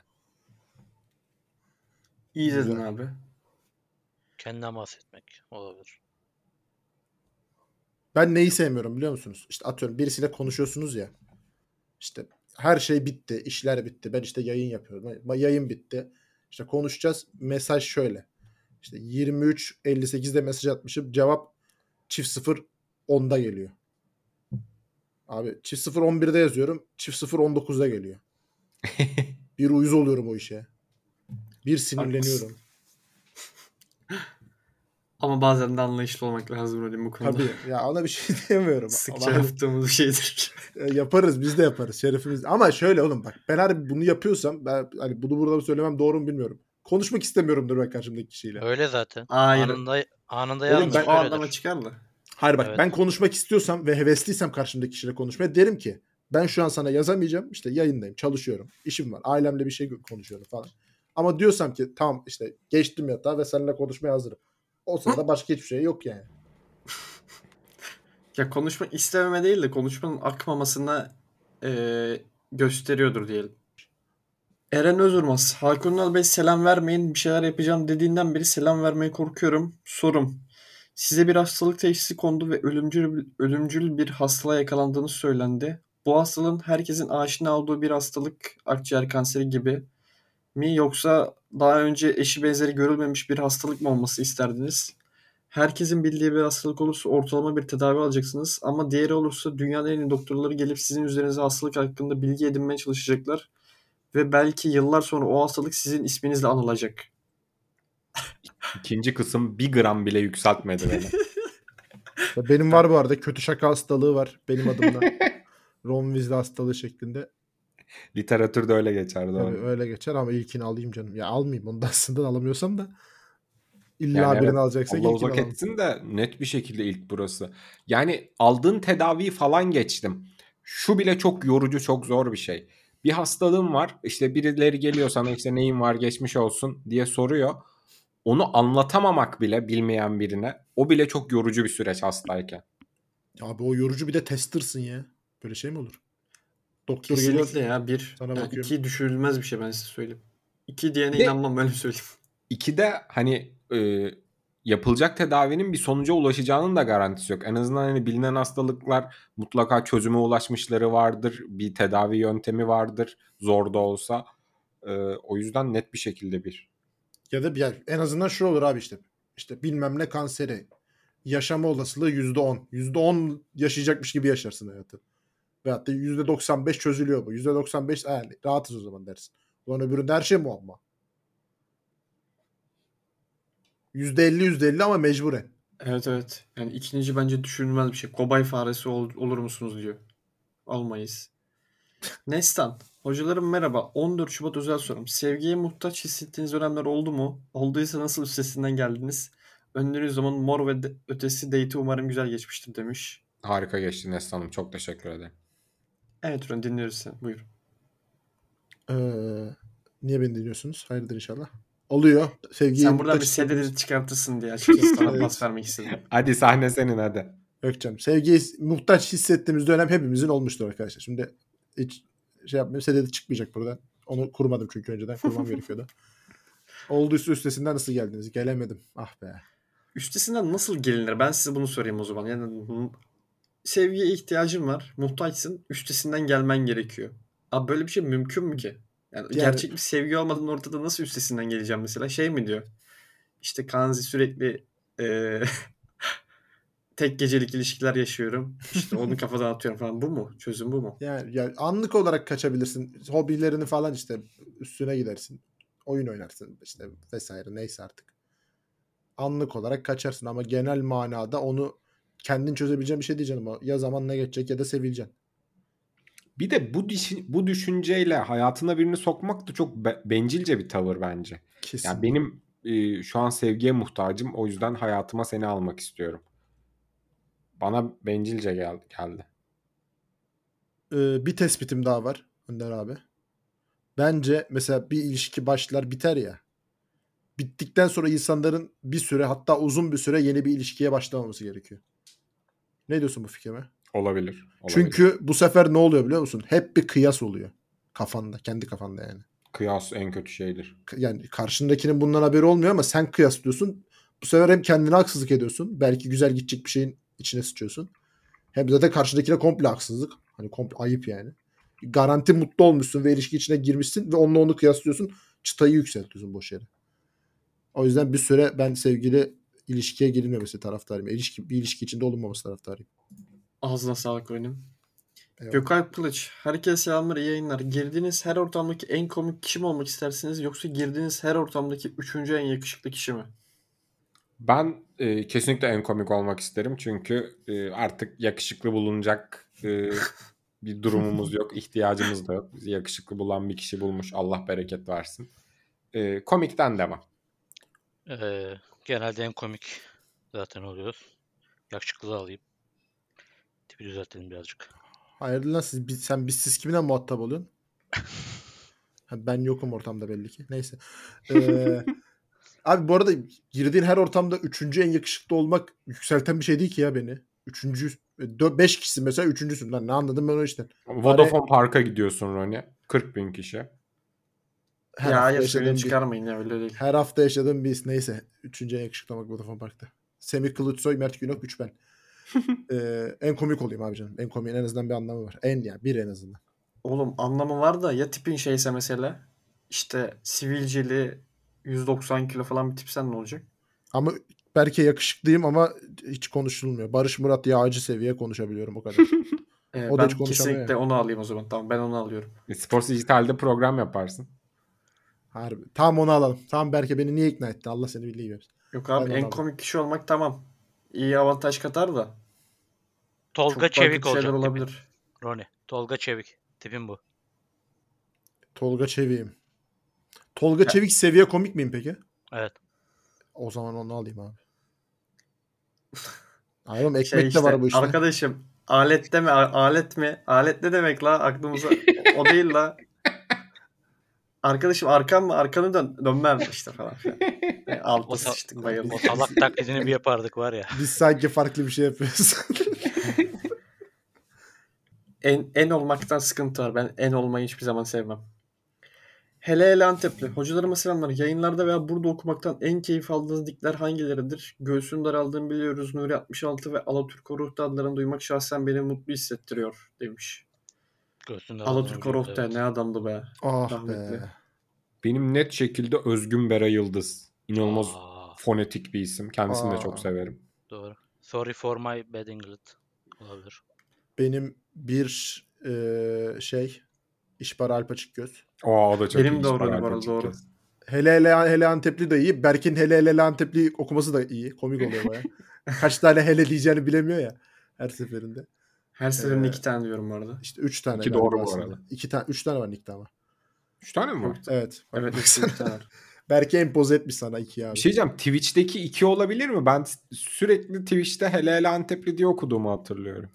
İyi dedin Güzel. abi. kendinden bahsetmek olabilir. Ben neyi sevmiyorum biliyor musunuz? İşte atıyorum birisiyle konuşuyorsunuz ya. İşte her şey bitti, işler bitti. Ben işte yayın yapıyorum. Ma- Yayın bitti. İşte konuşacağız. Mesaj şöyle. İşte yirmi üç elli sekizde mesaj atmışım. Cevap çift sıfır onda geliyor. Abi çift sıfır on birde yazıyorum. Çift sıfır on dokuzda geliyor. Bir uyuz oluyorum o işe. Bir sinirleniyorum. Ama bazen de anlayışlı olmak lazım öyle bu konuda. Tabii ya ona bir şey diyemiyorum. Sıkça Ama yaptığımız bir şeydir. E, yaparız biz de yaparız şerefimiz. Ama şöyle oğlum bak ben harbi bunu yapıyorsam ben hani bunu burada söylemem doğru mu bilmiyorum. Konuşmak istemiyorumdur ben karşımdaki kişiyle. Öyle zaten. Hayır. Anında anında Oğlum yazmış ben- O anlama öyledir. çıkar da. Hayır bak Evet. ben konuşmak istiyorsam ve hevesliysem karşımdaki kişiyle konuşmaya derim ki ben şu an sana yazamayacağım. İşte yayındayım, çalışıyorum, işim var, ailemle bir şey konuşuyorum falan. Ama diyorsam ki tamam işte geçtim yatağa ve seninle konuşmaya hazırım. O sırada başka hiçbir şey yok yani. Ya konuşmak istememe değil de konuşmanın akmamasına eee, gösteriyordur diyelim. Eren Özurmaz. Hakan Ünal Bey selam vermeyin bir şeyler yapacağım dediğinden beri selam vermeye korkuyorum. Sorum. Size bir hastalık teşhisi kondu ve ölümcül, ölümcül bir hastalığa yakalandığınız söylendi. Bu hastalığın herkesin aşina olduğu bir hastalık, akciğer kanseri gibi mi yoksa daha önce eşi benzeri görülmemiş bir hastalık mı olması isterdiniz? Herkesin bildiği bir hastalık olursa ortalama bir tedavi alacaksınız ama diğeri olursa dünyanın en iyi doktorları gelip sizin üzerinize hastalık hakkında bilgi edinmeye çalışacaklar ve belki yıllar sonra o hastalık sizin isminizle anılacak. İkinci kısım bir gram bile yükseltmedi beni. Ya benim var bu arada kötü şaka hastalığı var benim adımda. Ron Weasley hastalığı şeklinde. Literatürde öyle geçer Tabii doğru. öyle geçer ama ilkini alayım canım. Ya almayayım onu da aslında alamıyorsam da. İlla Yani birini evet, alacaksak Allah ilkini uzak alalım. etsin de net bir şekilde ilk burası. Yani aldığın tedaviyi falan geçtim. Şu bile çok yorucu, çok zor bir şey. Bir hastalığın var, işte birileri geliyor sana işte neyin var geçmiş olsun diye soruyor. Onu anlatamamak bile bilmeyen birine, o bile çok yorucu bir süreç hastayken. Abi o yorucu bir de tester'sın ya. Böyle şey mi olur? Doktor geliyor. Kesinlikle ya bir. Sana Ya bakıyorum. iki düşürülmez bir şey ben size söyleyeyim. İki diyene Bir de- inanmam öyle söyleyeyim. İki de hani e, yapılacak tedavinin bir sonuca ulaşacağının da garantisi yok. En azından hani bilinen hastalıklar mutlaka çözüme ulaşmışları vardır. Bir tedavi yöntemi vardır. Zor da olsa. Ee, o yüzden net bir şekilde bir. Ya da bir yer. En azından şu olur abi işte. İşte bilmem ne kanseri. Yaşama olasılığı yüzde on. yüzde on yaşayacakmış gibi yaşarsın hayatı. Veyahut da yüzde doksan beş çözülüyor bu. yüzde doksan beş yani rahatız o zaman dersin. Ulan öbüründe her şey muamma. yüzde elli yüzde elli ama mecburen. Evet evet. Yani ikinci bence düşünülmez bir şey. Kobay faresi ol- olur musunuz diyor. Olmayız. Nestan. Hocalarım merhaba. on dört Şubat özel sorum. Sevgiye muhtaç hissettiğiniz dönemler oldu mu? Olduysa nasıl üstesinden geldiniz? Öndüğünüz zaman mor ve de- ötesi date'i umarım güzel geçmiştir demiş. Harika geçti Nesli Hanım. Çok teşekkür ederim. Evet Ron dinliyoruz seni. Buyur. Ee, niye beni dinliyorsunuz? Hayırdır inşallah. Oluyor. Sevgiye Sen buradan bir muhtaç sede hissettiğimiz- de çıkartırsın diye açıkçası sana Evet. pas vermek istedim. Hadi sahne senin hadi. Yok canım. Sevgiye muhtaç hissettiğimiz dönem hepimizin olmuştur arkadaşlar. Şimdi hiç şey yapmayayım. Sedede çıkmayacak burada. Onu kurmadım çünkü önceden. Kurmam gerekiyordu. Olduysa üstesinden nasıl geldiniz? Gelemedim. Ah be. Üstesinden nasıl gelinir? Ben size bunu sorayım o zaman. Yani hı, sevgiye ihtiyacın var. Muhtaçsın. Üstesinden gelmen gerekiyor. Abi böyle bir şey mümkün mü ki? Yani, Yani- gerçek bir sevgi olmadan ortada nasıl üstesinden geleceğim mesela? Şey mi diyor? İşte Kanzi sürekli eee, tek gecelik ilişkiler yaşıyorum. İşte onu kafadan atıyorum falan. Bu mu? Çözüm bu mu? Yani, yani anlık olarak kaçabilirsin. Hobilerini falan işte üstüne gidersin. Oyun oynarsın işte vesaire neyse artık. Anlık olarak kaçarsın ama genel manada onu kendin çözebileceğin bir şey değil canım. O ya zamanla geçecek ya da sevileceksin. Bir de bu düşün- bu düşünceyle hayatına birini sokmak da çok be- bencilce bir tavır bence. Kesin. Yani benim e, şu an sevgiye muhtacım. O yüzden hayatıma seni almak istiyorum. Bana bencilce gel- geldi. Ee, bir tespitim daha var Önder abi. Bence mesela bir ilişki başlar biter ya. Bittikten sonra insanların bir süre hatta uzun bir süre yeni bir ilişkiye başlamaması gerekiyor. Ne diyorsun bu fikrime? Olabilir. olabilir. Çünkü bu sefer ne oluyor biliyor musun? Hep bir kıyas oluyor. Kafanda. Kendi kafanda yani. Kıyas en kötü şeydir. K- Yani karşındakinin bundan haberi olmuyor ama sen kıyaslıyorsun. Bu sefer hem kendine haksızlık ediyorsun. Belki güzel gidecek bir şeyin içine sıçıyorsun. Hem zaten karşındakine komple haksızlık. Hani komple ayıp yani. Garanti mutlu olmuşsun ve ilişki içine girmişsin ve onunla onu kıyaslıyorsun. Çıtayı yükseltiyorsun boş yere. O yüzden bir süre ben sevgili ilişkiye girilmemesi taraftarıyım. İlişki, bir ilişki içinde olunmaması taraftarıyım. Ağzına sağlık oyunum. Eyvallah. Gökalp Kılıç. Herkese selamlar, iyi yayınlar. Girdiğiniz her ortamdaki en komik kişi mi olmak istersiniz yoksa girdiğiniz her ortamdaki üçüncü en yakışıklı kişi mi? Ben e, kesinlikle en komik olmak isterim. Çünkü e, artık yakışıklı bulunacak e, bir durumumuz yok. İhtiyacımız da yok. Bizi yakışıklı bulan bir kişi bulmuş. Allah bereket versin. E, komikten devam. Ee, genelde en komik zaten oluyoruz. Yakışıklılığı alayım. Tipi düzeltelim birazcık. Hayırdır lan siz, biz- sen biz siz kiminle muhatap oluyorsun? Ha, ben yokum ortamda belli ki. Neyse. Ee, abi bu arada girdiğin her ortamda üçüncü en yakışıklı olmak yükselten bir şey değil ki ya beni. Üçüncü, dö- beş kişi mesela üçüncüsün. Lan ne anladım ben o işten. Vodafone Park'a gidiyorsun Roni. kırk bin kişi. Her ya hafta hayır yaşadığım suyunu bir, çıkarmayın ya öyle değil. her hafta yaşadığım bir his. Neyse. Üçüncü en yakışıklı olmak Vodafone Park'ta. Semih Kılıçsoy, Mert Günok, üç ben. Ee, en komik olayım abi canım. En komiğin en azından bir anlamı var. En ya bir en azından. Oğlum anlamı var da ya tipin şeyse mesela işte sivilceli yüz doksan kilo falan bir tipsen ne olacak? Ama Berke yakışıklıyım ama hiç konuşulmuyor. Barış Murat Yağcı seviye konuşabiliyorum o kadar. Ee, O da ben hiç konuşamıyor kesinlikle ya. onu alayım o zaman. Tamam ben onu alıyorum. E, Sports Dijital'de program yaparsın. Harbi. Tamam onu alalım. Tamam Berke beni niye ikna etti? Allah seni bildiği gibi. Yok Ben abi onu en aldım. komik kişi olmak tamam. İyi avantaj katar da. Tolga Çok daha Çevik kötü şeyler olacak tipin. olabilir. Roni. Tolga Çevik. Tipim bu. Tolga Çevik'im. Tolga Ya- Çevik seviye komik miyim peki? Evet. O zaman onu alayım abi. Hayır oğlum ekmek Şey de işte var bu işte. arkadaşım alette mi a- alet mi? Alet ne demek la aklımıza o değil la. Arkadaşım arkan mı? Arkanı dön. Dönmem işte falan filan. E, O, altı sa- sıçtık bayıldık. o salak taklidini bir yapardık var ya. Biz sanki farklı bir şey yapıyoruz. En, en olmaktan sıkıntı var. Ben en olmayı hiçbir zaman sevmem. Hele hele Antepli. Hocalarıma selamlar. Yayınlarda veya burada okumaktan en keyif aldığınız ligler hangileridir? Göğsünü daraldığını biliyoruz. Nuri altmış altı ve Alaturka Ruh'ta adlarını duymak şahsen beni mutlu hissettiriyor demiş. Göğsünde Alaturka aldığını Ruh'ta ne adamdı be. Ah Rahmetli. be. Benim net şekilde Özgün Bera Yıldız. İnanılmaz Aa, fonetik bir isim. Kendisini de Aa. çok severim. doğru. Sorry for my bad English. Olabilir. Benim bir e, şey İşbar Alp Açıkgöz. Aa, o da çok Benim iyi. de orada Bayağı bu arada, küçük doğru. kız. Hele hele hele Antepli de iyi. Berk'in hele hele Antepli okuması da iyi. Komik oluyor baya. Kaç tane hele diyeceğini bilemiyor ya her seferinde. Her seferinde Ee, iki tane diyorum bu arada. İşte üç tane İki galiba doğru bu aslında. arada. İki tane, üç tane var Nick'te ama. Üç tane mi var? Yok. Evet. Bak, Evet, baksana. iki tane var. Berke empoze etmiş sana iki abi. Bir şey diyeceğim. Twitch'teki iki olabilir mi? Ben sürekli Twitch'te hele hele Antepli diye okuduğumu hatırlıyorum.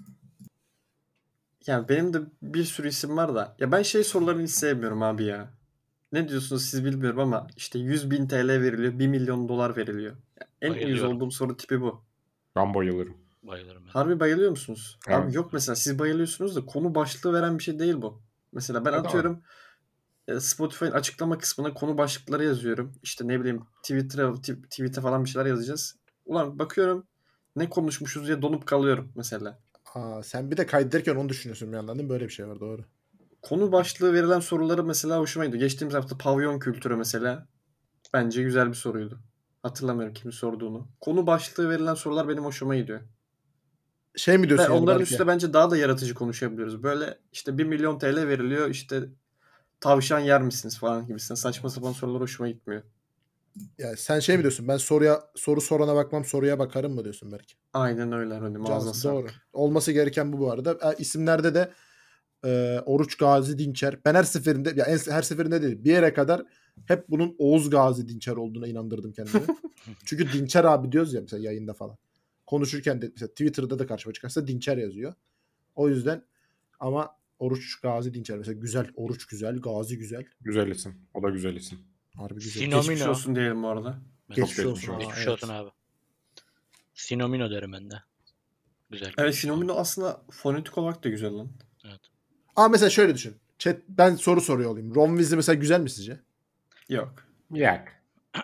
Yani benim de bir sürü isim var da. Ya ben şey sorularını hiç sevmiyorum abi ya. Ne diyorsunuz siz bilmiyorum ama işte yüz bin T L veriliyor, bir milyon dolar veriliyor. Yani en uyuz Bayılıyorum. olduğum soru tipi bu. Ben bayılırım. Bayılırım ben. Harbi bayılıyor musunuz? Evet. Abi yok, mesela siz bayılıyorsunuz da konu başlığı veren bir şey değil bu. Mesela ben Evet, atıyorum e, Spotify'ın açıklama kısmına konu başlıkları yazıyorum. İşte ne bileyim Twitter'a, t- tweet'e falan bir şeyler yazacağız. Ulan bakıyorum ne konuşmuşuz diye donup kalıyorum mesela. Aa, sen bir de kaydederken onu düşünüyorsun bir yandan değil mi? Böyle bir şey var doğru. Konu başlığı verilen soruları mesela hoşuma gidiyor. Geçtiğimiz hafta pavyon kültürü mesela bence güzel bir soruydu. Hatırlamıyorum kimin sorduğunu. Konu başlığı verilen sorular benim hoşuma gidiyor. Şey mi Ve diyorsun yani onların Berke? üstüne bence daha da yaratıcı konuşabiliyoruz. Böyle işte bir milyon T L veriliyor, işte tavşan yer misiniz falan gibisinden saçma sapan sorular hoşuma gitmiyor. Yani sen şey mi diyorsun? Ben soruya soru sorana bakmam, soruya bakarım mı diyorsun belki? Aynen öyle Ronim. Ağzına Cansın, doğru. sağlık. Olması gereken bu bu arada. E, isimlerde de e, Oruç Gazi Dinçer. Ben her seferinde ya en, her seferinde değil. Bir yere kadar hep bunun Oğuz Gazi Dinçer olduğuna inandırdım kendimi. Çünkü Dinçer abi diyoruz ya mesela yayında falan. Konuşurken de mesela Twitter'da da karşıma çıkarsa Dinçer yazıyor. O yüzden ama Oruç Gazi Dinçer mesela güzel. Oruç güzel, Gazi güzel. Güzel isim. O da güzel isim. Harbi güzel. Sinomino. Geçmiş olsun diyelim bu arada. Ben- Geçmiş Çok olsun. geçmiş Aa, Geçmiş evet. olsun abi. Sinomino derim ben de. Güzel. Evet, Sinomino aslında fonetik olarak da güzel lan. Evet. Ama mesela şöyle düşün. Chat, ben soru soruyor olayım. Ron Weasley mesela güzel mi sizce? Yok. Yak.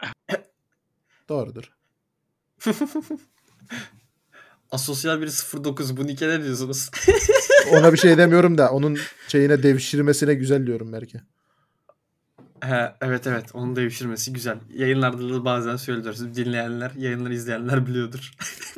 Doğrudur. Asosyal biri sıfır dokuz. Bu nike ne diyorsunuz? Ona bir şey demiyorum da onun şeyine devşirmesine güzel diyorum belki. He, evet evet, onun devşirmesi güzel. Yayınlarda da bazen söylüyoruz. Dinleyenler, yayınları izleyenler biliyordur.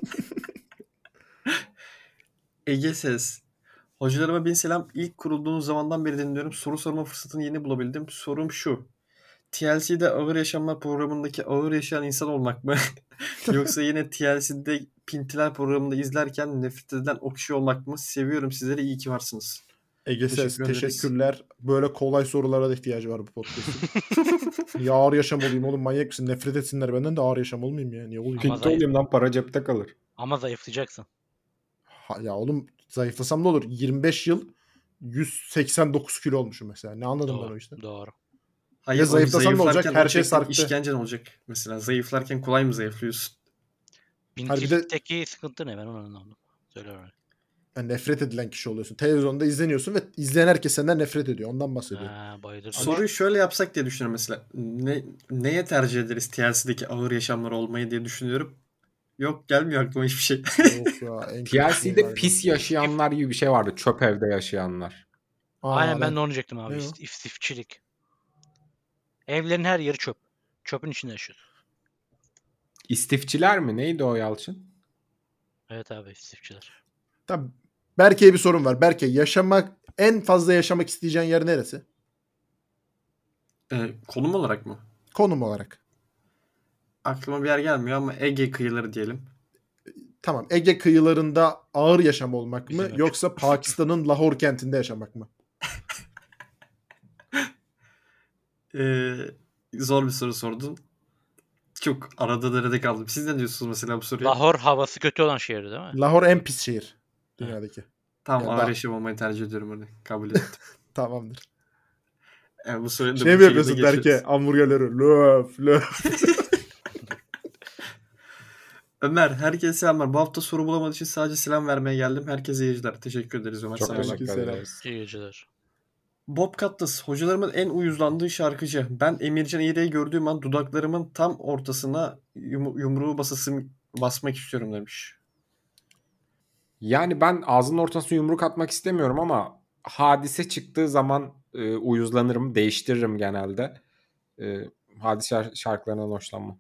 Ege Ses. Hocalarıma bin selam. İlk kurulduğunuz zamandan beri dinliyorum. Soru sorma fırsatını yeni bulabildim. Sorum şu. T L C'de Ağır Yaşamlar programındaki ağır yaşayan insan olmak mı? Yoksa yine T L C'de Pintiler programında izlerken nefret edilen o kişi olmak mı? Seviyorum sizleri. İyi ki varsınız. Ege Ses, Teşekkür ederiz. teşekkürler. Böyle kolay sorulara da ihtiyacı var bu podcast'ın. Niye ağır yaşam olayım oğlum, manyak mısın? Nefret etsinler benden de ağır yaşam olmayayım ya. Niye olayım? Ama Pinti zayıf. olayım lan, para cepte kalır. Ama zayıflayacaksın. Ha, ya oğlum zayıflasam ne olur? yirmi beş yıl yüz seksen dokuz kilo olmuşum mesela. Ne anladım ben o Doğru. işte? Doğru. Hayır, Ya oğlum, zayıflasam ne olacak? zayıflarken Her o şey çektiğin sarktı. işkencen olacak. Mesela zayıflarken kolay mı zayıflıyorsun? Hayır, bir de- Pintilikteki sıkıntı ne? Ben onu anlamadım. Söyle öyle. Yani nefret edilen kişi oluyorsun. Televizyonda izleniyorsun ve izleyen herkes senden nefret ediyor. Ondan bahsediyorum. Ha, bayılırım. Soruyu şöyle yapsak diye düşünüyorum mesela. Ne, neye tercih ederiz T L C'deki ağır yaşamlar olmayı diye düşünüyorum. Yok, gelmiyor aklıma hiçbir şey. Yok ya. En T L kötü şey C'de galiba. pis yaşayanlar gibi bir şey vardı. Çöp evde yaşayanlar. Aa, Aynen ben de onu diyecektim abi. Ne o? İst- İstifçilik. Evlerin her yeri çöp. Çöpün içinde yaşıyorsun. İstifçiler mi? Neydi o Yalçın? Evet abi, istifçiler. Tamam. Berke'ye bir sorun var. Berke, yaşamak en fazla yaşamak isteyeceğin yer neresi? Ee, konum olarak mı? Konum olarak. Aklıma bir yer gelmiyor ama Ege kıyıları diyelim. Tamam. Ege kıyılarında ağır yaşam olmak mı Bizim ölçü. yoksa Pakistan'ın Lahore kentinde yaşamak mı? Ee, zor bir soru sordun. Çok arada derede kaldım. Siz ne diyorsunuz mesela bu soruya? Lahor havası kötü olan şehir değil mi? Lahore en pis şehir dünyadaki. Tamam, Ya ağır da- yaşam olmayı tercih ediyorum onu. Kabul ettim. Tamamdır. Yani bu soruyu da Şey bu mi yapıyorsun şekilde geçiyoruz. Berke? Hamburgerleri löf löf. Ömer, herkese selamlar. Bu hafta soru bulamadığı için sadece selam vermeye geldim. Herkese iyi geceler. Teşekkür ederiz Ömer. Çok sana. teşekkür Selam. ederiz. İyi geceler. Bob Cutlass, hocalarımın en uyuzlandığı şarkıcı. Ben Emircan İğrek'i gördüğüm an dudaklarımın tam ortasına yum- yumruğu basasım basmak istiyorum demiş. Yani ben ağzının ortasına yumruk atmak istemiyorum ama Hadise çıktığı zaman e, uyuzlanırım, değiştiririm genelde. E, Hadise şar- şarkılarından hoşlanmam.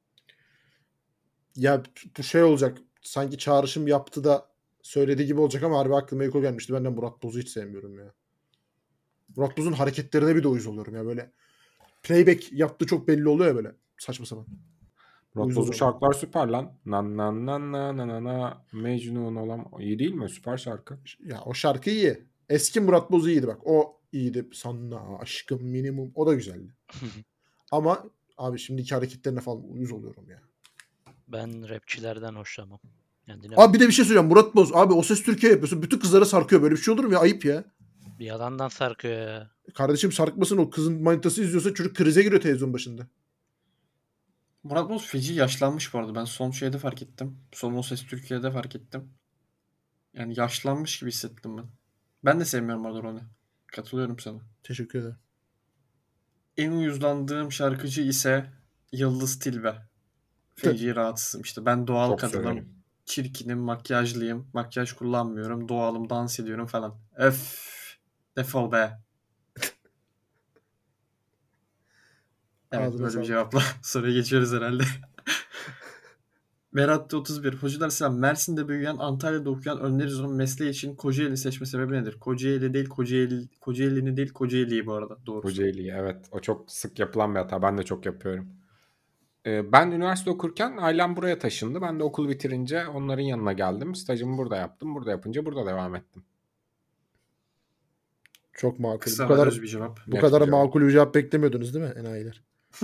Ya bu şey olacak. Sanki çağrışım yaptı da söylediği gibi olacak ama harbi aklıma ilk o gelmişti. Ben de Murat Boz'u hiç sevmiyorum ya. Murat Boz'un hareketlerine bir de uyuz oluyorum ya böyle. Playback yaptığı çok belli oluyor ya böyle. Saçma sapan. Murat Uyuz Boz'un oluyorum. şarkılar süper lan. Nan nan nan nan nan nan na Mecnun olan iyi değil mi? Süper şarkı. Ya o şarkı iyi. Eski Murat Boz iyiydi bak. O iyiydi. Sana aşkım minimum. O da güzeldi. Ama abi şimdiki hareketlerine falan uyuz oluyorum ya. Ben rapçilerden hoşlanmam. Yani dinlemem. Abi bir de bir şey söyleyeceğim. Murat Boz. Abi O Ses Türkiye yapıyorsun. Bütün kızlara sarkıyor. Böyle bir şey olur mu ya? Ayıp ya. Bir yalandan sarkıyor ya. Kardeşim sarkmasın, o kızın manitası izliyorsa çocuk krize giriyor televizyon başında. Murat Boz feci yaşlanmış bu arada. Ben son şeyde fark ettim. Son O Ses Türkiye'de fark ettim. Yani yaşlanmış gibi hissettim ben. Ben de sevmiyorum orada onu. Katılıyorum sana. Teşekkür ederim. En uyuzlandığım şarkıcı ise Yıldız Tilbe. Feci rahatsızım işte. Ben doğal Çok kadınım. severim. Çirkinim, makyajlıyım. Makyaj kullanmıyorum. Doğalım, dans ediyorum falan. Öf. Defol be. Evet, Ağzına böyle bir sağlık. cevapla soruya geçiyoruz herhalde. Berat otuz bir. Hocalar selam. Mersin'de büyüyen, Antalya'da okuyan Önerizo'nun mesleği için Kocaeli seçme sebebi nedir? Kocaeli değil, Kocaeli, Kocaeli'ni değil, Kocaeli'yi bu arada. Doğrusu. Kocaeli, evet. O çok sık yapılan bir hata. Ben de çok yapıyorum. Ee, ben üniversite okurken ailem buraya taşındı. Ben de okul bitirince onların yanına geldim. Stajımı burada yaptım. Burada yapınca burada devam ettim. Çok makul. Kısa Bu kadar öz bir cevap. bu Net kadar bir cevap. makul bir cevap beklemiyordunuz değil mi enayiler?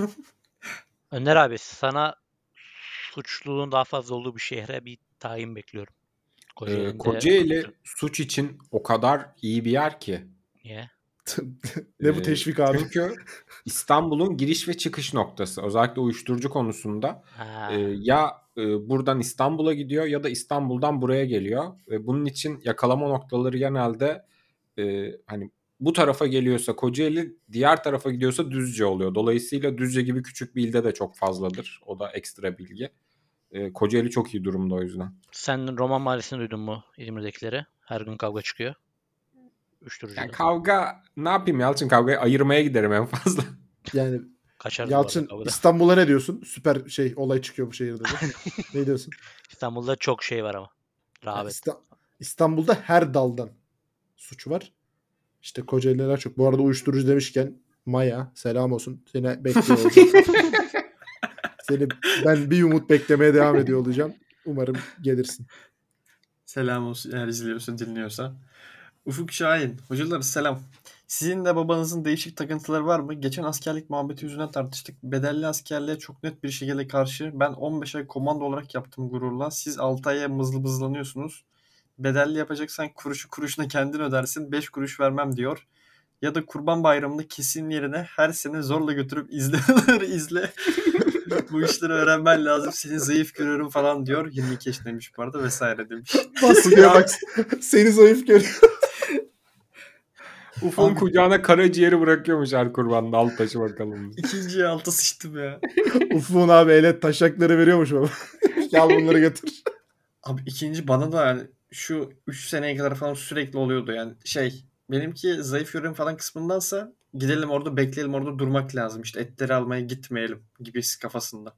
Önder abi sana suçluluğun daha fazla olduğu bir şehre bir tayin bekliyorum. Ee, Kocaeli'nde Kocaeli suç için o kadar iyi bir yer ki. niye? Ne bu Ee, teşvik abi? Çünkü İstanbul'un giriş ve çıkış noktası. Özellikle uyuşturucu konusunda Ha, e, ya e, buradan İstanbul'a gidiyor ya da İstanbul'dan buraya geliyor. Ve bunun için yakalama noktaları genelde e, hani bu tarafa geliyorsa Kocaeli, diğer tarafa gidiyorsa Düzce oluyor. Dolayısıyla Düzce gibi küçük bir ilde de çok fazladır. O da ekstra bilgi. E, Kocaeli çok iyi durumda o yüzden. sen Roman Mahallesi'ni duydun mu İzmir'dekileri? Her gün kavga çıkıyor. Uyuşturucuda. Yani kavga ne yapayım Yalçın, kavgayı ayırmaya giderim en fazla. Yani Kaçarız bu arada Yalçın kavgada. İstanbul'a ne diyorsun? Süper şey olay çıkıyor bu şehirde de. Ne diyorsun? İstanbul'da çok şey var ama. Yani Rağbet. İsta- İstanbul'da her daldan suç var. İşte Kocaeli'ler çok. Bu arada uyuşturucu demişken Maya selam olsun. Seni bekliyor olacağım. Seni ben bir umut beklemeye devam ediyor olacağım. Umarım gelirsin. Selam olsun eğer izliyorsa, dinliyorsa. Ufuk Şahin. Hocalar selam. Sizin de babanızın değişik takıntıları var mı? Geçen askerlik muhabbeti yüzüne tartıştık. Bedelli askerliğe çok net bir şekilde karşı. Ben on beş ay komando olarak yaptım gururla. Siz altı aya mızlı mızlanıyorsunuz. Bedelli yapacaksan kuruşu kuruşuna kendin ödersin. beş kuruş vermem diyor. Ya da Kurban Bayramı'nda kesin yerine her sene zorla götürüp izle izle. Bu işleri öğrenmen lazım. Seni zayıf görüyorum falan diyor. yirmi iki yaşındaymış bu arada vesaire demiş. Baskıya bak. Seni zayıf görüyor. Ufuk'un Abi- kucağına karaciğeri bırakıyormuş her kurbanda. Al taşı bakalım. İkinciye alta sıçtım ya. Ufuk'un abi elet taşakları veriyormuş baba. Gel bunları götür. Abi ikinci bana da yani şu üç seneye kadar falan sürekli oluyordu yani şey benimki zayıf yorum falan kısmındansa gidelim orada bekleyelim orada durmak lazım işte etleri almaya gitmeyelim gibi kafasında.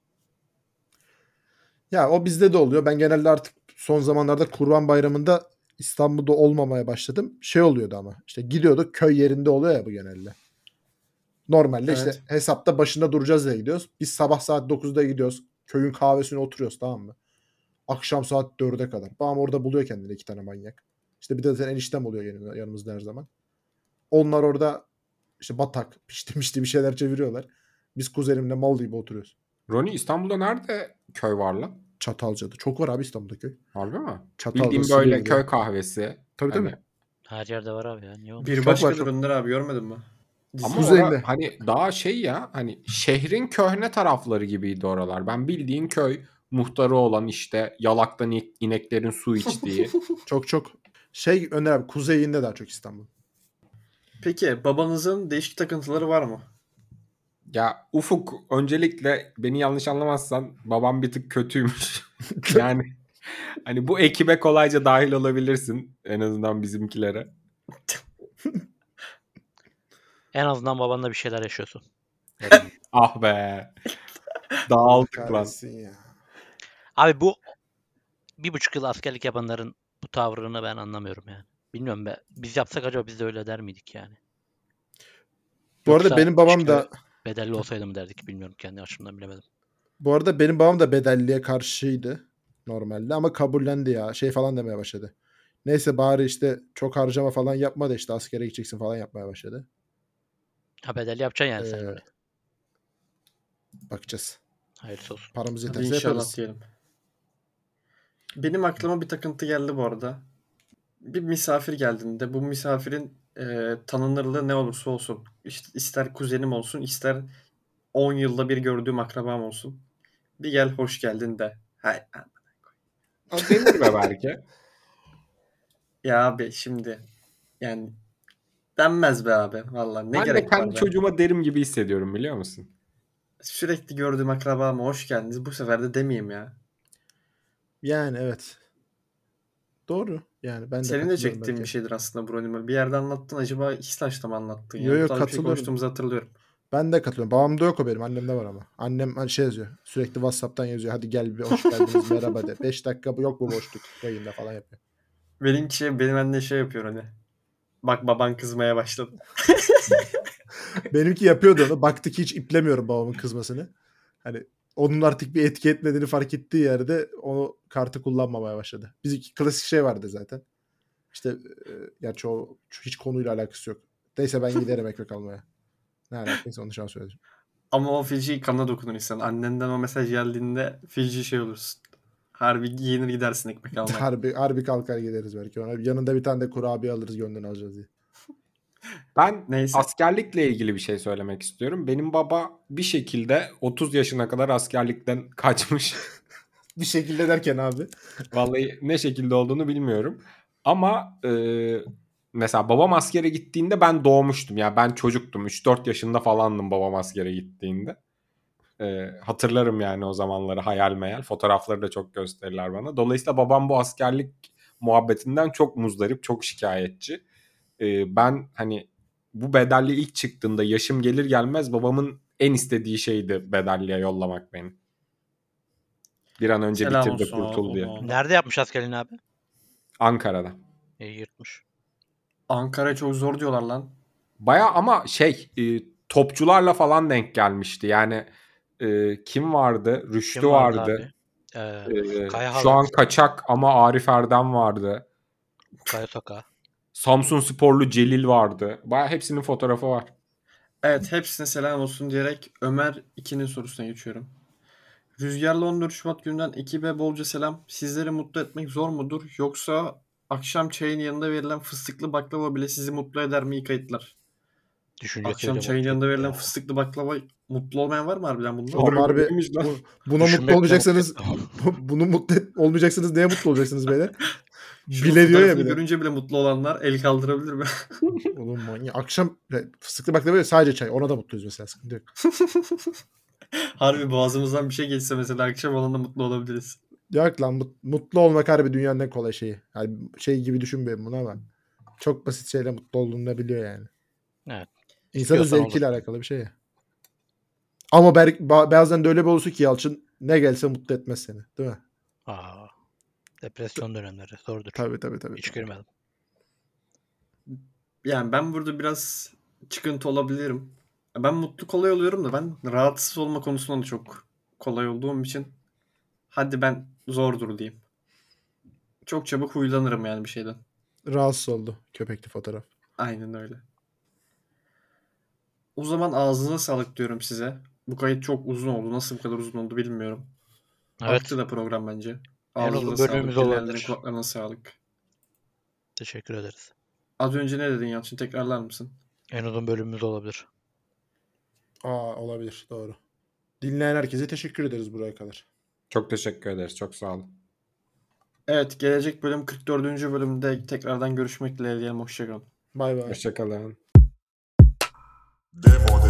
Ya o bizde de oluyor. Ben genelde artık son zamanlarda Kurban Bayramı'nda İstanbul'da olmamaya başladım. Şey oluyordu ama işte gidiyorduk köy yerinde oluyor ya bu genelde. Normalde işte Evet. hesapta başında duracağız diye gidiyoruz. Biz sabah saat dokuzda gidiyoruz. Köyün kahvesine oturuyoruz, tamam mı? Akşam saat dörde kadar. Babam orada buluyor kendine iki tane manyak. İşte bir de zaten eniştem oluyor yanımda, yanımızda her zaman. Onlar orada işte batak, pişti mişti bir şeyler çeviriyorlar. Biz kuzenimle mal gibi oturuyoruz. Roni, İstanbul'da nerede köy var lan? Çatalca'da. Çok var abi İstanbul'da köy. Harbi mi? Çatalca, Bildiğim böyle Silivri. köy kahvesi. Tabii Hani- tabii. Her yerde var abi ya. Niye olmuş? Bir Çok başka var, çok. Önder abi görmedin mi? Dizi. Ama Kuzeyinde. ora hani daha şey ya, hani şehrin köhne tarafları gibiydi oralar. Ben bildiğin köy muhtarı olan, işte yalaktan in- ineklerin su içtiği. Çok çok. Şey Öner abi kuzeyinde daha çok İstanbul. Peki babanızın değişik takıntıları var mı? Ya Ufuk, öncelikle beni yanlış anlamazsan babam bir tık kötüymüş. Yani hani bu ekibe kolayca dahil olabilirsin, en azından bizimkilere. En azından babanla bir şeyler yaşıyorsun. Ne diyeyim? Ah be. Allah Dağıldık lan. kahretsin ya. Abi bu bir buçuk yıl askerlik yapanların bu tavrını ben anlamıyorum yani. Bilmiyorum be. Biz yapsak acaba biz de öyle der miydik yani? Bu arada Yoksa benim babam keşke da bedelli olsaydı mı derdik, bilmiyorum, kendi açımdan bilemedim. bu arada benim babam da bedelliye karşıydı normalde ama kabullendi ya. Şey falan demeye başladı. Neyse bari işte çok harcama falan yapma da işte askere gideceksin falan yapmaya başladı. Ha, bedelli yapacaksın yani sen Ee, öyle. bakacağız. Hayırlısı olsun. Paramız Hadi yeterse inşallah yaparız. diyelim. Benim aklıma bir takıntı geldi bu arada. Bir misafir geldiğinde bu misafirin e, tanınırlığı ne olursa olsun. İşte ister kuzenim olsun, ister on yılda bir gördüğüm akrabam olsun. Bir gel hoş geldin de. Hay, O denir be belki. ya abi şimdi yani denmez be abi. Valla ne Ben de gerek kendi var be. çocuğuma derim gibi hissediyorum, biliyor musun? Sürekli gördüğüm akrabama hoş geldiniz. Bu sefer de demeyeyim ya. Yani evet. Doğru. Yani ben de Senin de katılıyorum çektiğin bir belki. şeydir aslında Bronimo. Bir yerde anlattın, acaba İslaç'ta mı anlattın Yo ya? Bu yo tarz bir şey katılıyorum. konuştuğumuzu hatırlıyorum. Ben de katılıyorum. Babamda yok o benim. Annemde var ama. Annem hani şey yazıyor. Sürekli WhatsApp'tan yazıyor. Hadi gel bir hoş geldiniz merhaba de. beş dakika bu- yok bu boşluk yayında falan yapıyor. Benimki şey, benim anne şey yapıyor hani. Bak baban kızmaya başladı. Benimki yapıyordu onu. Baktı ki hiç iplemiyorum babamın kızmasını. Hani onun artık bir etki etmediğini fark ettiği yerde o kartı kullanmamaya başladı. Bizimki klasik şey vardı zaten. İşte e, gerçi o hiç konuyla alakası yok. Neyse ben giderim ekmek almaya. Ne alakası onu şu an söyledim. Ama o feci kanına dokunur insan. Annenden o mesaj geldiğinde feci şey olursun. Harbi giyinir gidersin ekmek almaya. Harbi, harbi kalkar gideriz belki ona. Yanında bir tane de kurabiye alırız gönlünü alacağız diye. Ben Neyse. askerlikle ilgili bir şey söylemek istiyorum. Benim baba bir şekilde otuz yaşına kadar askerlikten kaçmış. Bir şekilde derken abi. Vallahi ne şekilde olduğunu bilmiyorum. Ama e, mesela babam askere gittiğinde ben doğmuştum. Yani ben çocuktum. üç dört yaşında falandım babam askere gittiğinde. E, hatırlarım yani o zamanları, hayal meyal. Fotoğrafları da çok gösterirler bana. Dolayısıyla babam bu askerlik muhabbetinden çok muzdarip, çok şikayetçi. E, ben hani bu bedelli ilk çıktığında yaşım gelir gelmez babamın en istediği şeydi bedelliye yollamak beni. Bir an önce Selam bitir de olsun kurtul diye. ona. Nerede yapmış askerliğini abi? Ankara'da. İyi, yırtmış. Ankara çok zor diyorlar lan. Baya ama şey e, topçularla falan denk gelmişti. Yani e, kim vardı? Rüştü Kim vardı vardı. abi? Ee, E, Kaya şu Halı, an kaçak ama Arif Erdem vardı. Kaya Sokağı. Samsun Sporlu Celil vardı. Baya hepsinin fotoğrafı var. Evet, hepsine selam olsun diyerek Ömer ikinin sorusuna geçiyorum. Rüzgarlı on dört Şubat gününden ekibe bolca selam. Sizleri mutlu etmek zor mudur? Yoksa akşam çayın yanında verilen fıstıklı baklava bile sizi mutlu eder mi? İyi kayıtlar. Düşüncesi Akşam bile çayın mutlu yanında etti verilen ya. fıstıklı baklava mutlu olmayan var mı harbiden bunda? Oğlum harbi Neymiş lan? bu, buna Düşünmek mutlu bile olmayacaksanız mutlu etti. bunu mutlu et- olmayacaksınız. Neye mutlu olacaksınız beyler? Şunun Bile diyor ya fotoğrafını bile. görünce bile mutlu olanlar el kaldırabilir mi? Oğlum manyak. Akşam fıstıklı baklava sadece çay. Ona da mutluyuz mesela. Sıkıntı yok. Harbi boğazımızdan bir şey geçse mesela akşam olan da mutlu olabiliriz. Yok lan mut- mutlu olmak harbi dünyanın en kolay şeyi. Yani şey gibi düşünmeyin bunu ama çok basit şeyle mutlu olduğunu biliyor yani. Evet. İnsanın İstiyorsan zevkiyle olur. alakalı bir şey ya. Ama ber- ba- bazen de öyle bir olursun ki Yalçın ne gelse mutlu etmez seni. Değil mi? Aa, depresyon dönemleri zordur. Tabii tabii tabii. Hiç tabii. girmedim. Yani ben burada biraz çıkıntı olabilirim. Ben mutlu kolay oluyorum da ben rahatsız olma konusunda da çok kolay olduğum için hadi ben zordur diyeyim. Çok çabuk huylanırım yani bir şeyden. Rahatsız oldu köpekli fotoğraf. Aynen öyle. O zaman ağzınıza sağlık diyorum size. Bu kayıt çok uzun oldu. Nasıl bu kadar uzun oldu bilmiyorum. Evet. Aktı da program bence. En Ağzınıza uzun bölümümüz sağlık. Dinleyenlerin olabilir. kulaklarına sağlık. Teşekkür ederiz. Az önce ne dedin Yalçın? Tekrarlar mısın? En uzun bölümümüz olabilir. Aa olabilir doğru. Dinleyen herkese teşekkür ederiz buraya kadar. Çok teşekkür ederiz. Çok sağ olun. Evet, gelecek bölüm kırk dördüncü bölümde tekrardan görüşmek dileğiyle. Hoşçakalın. Bay bay. Hoşçakalın. Demo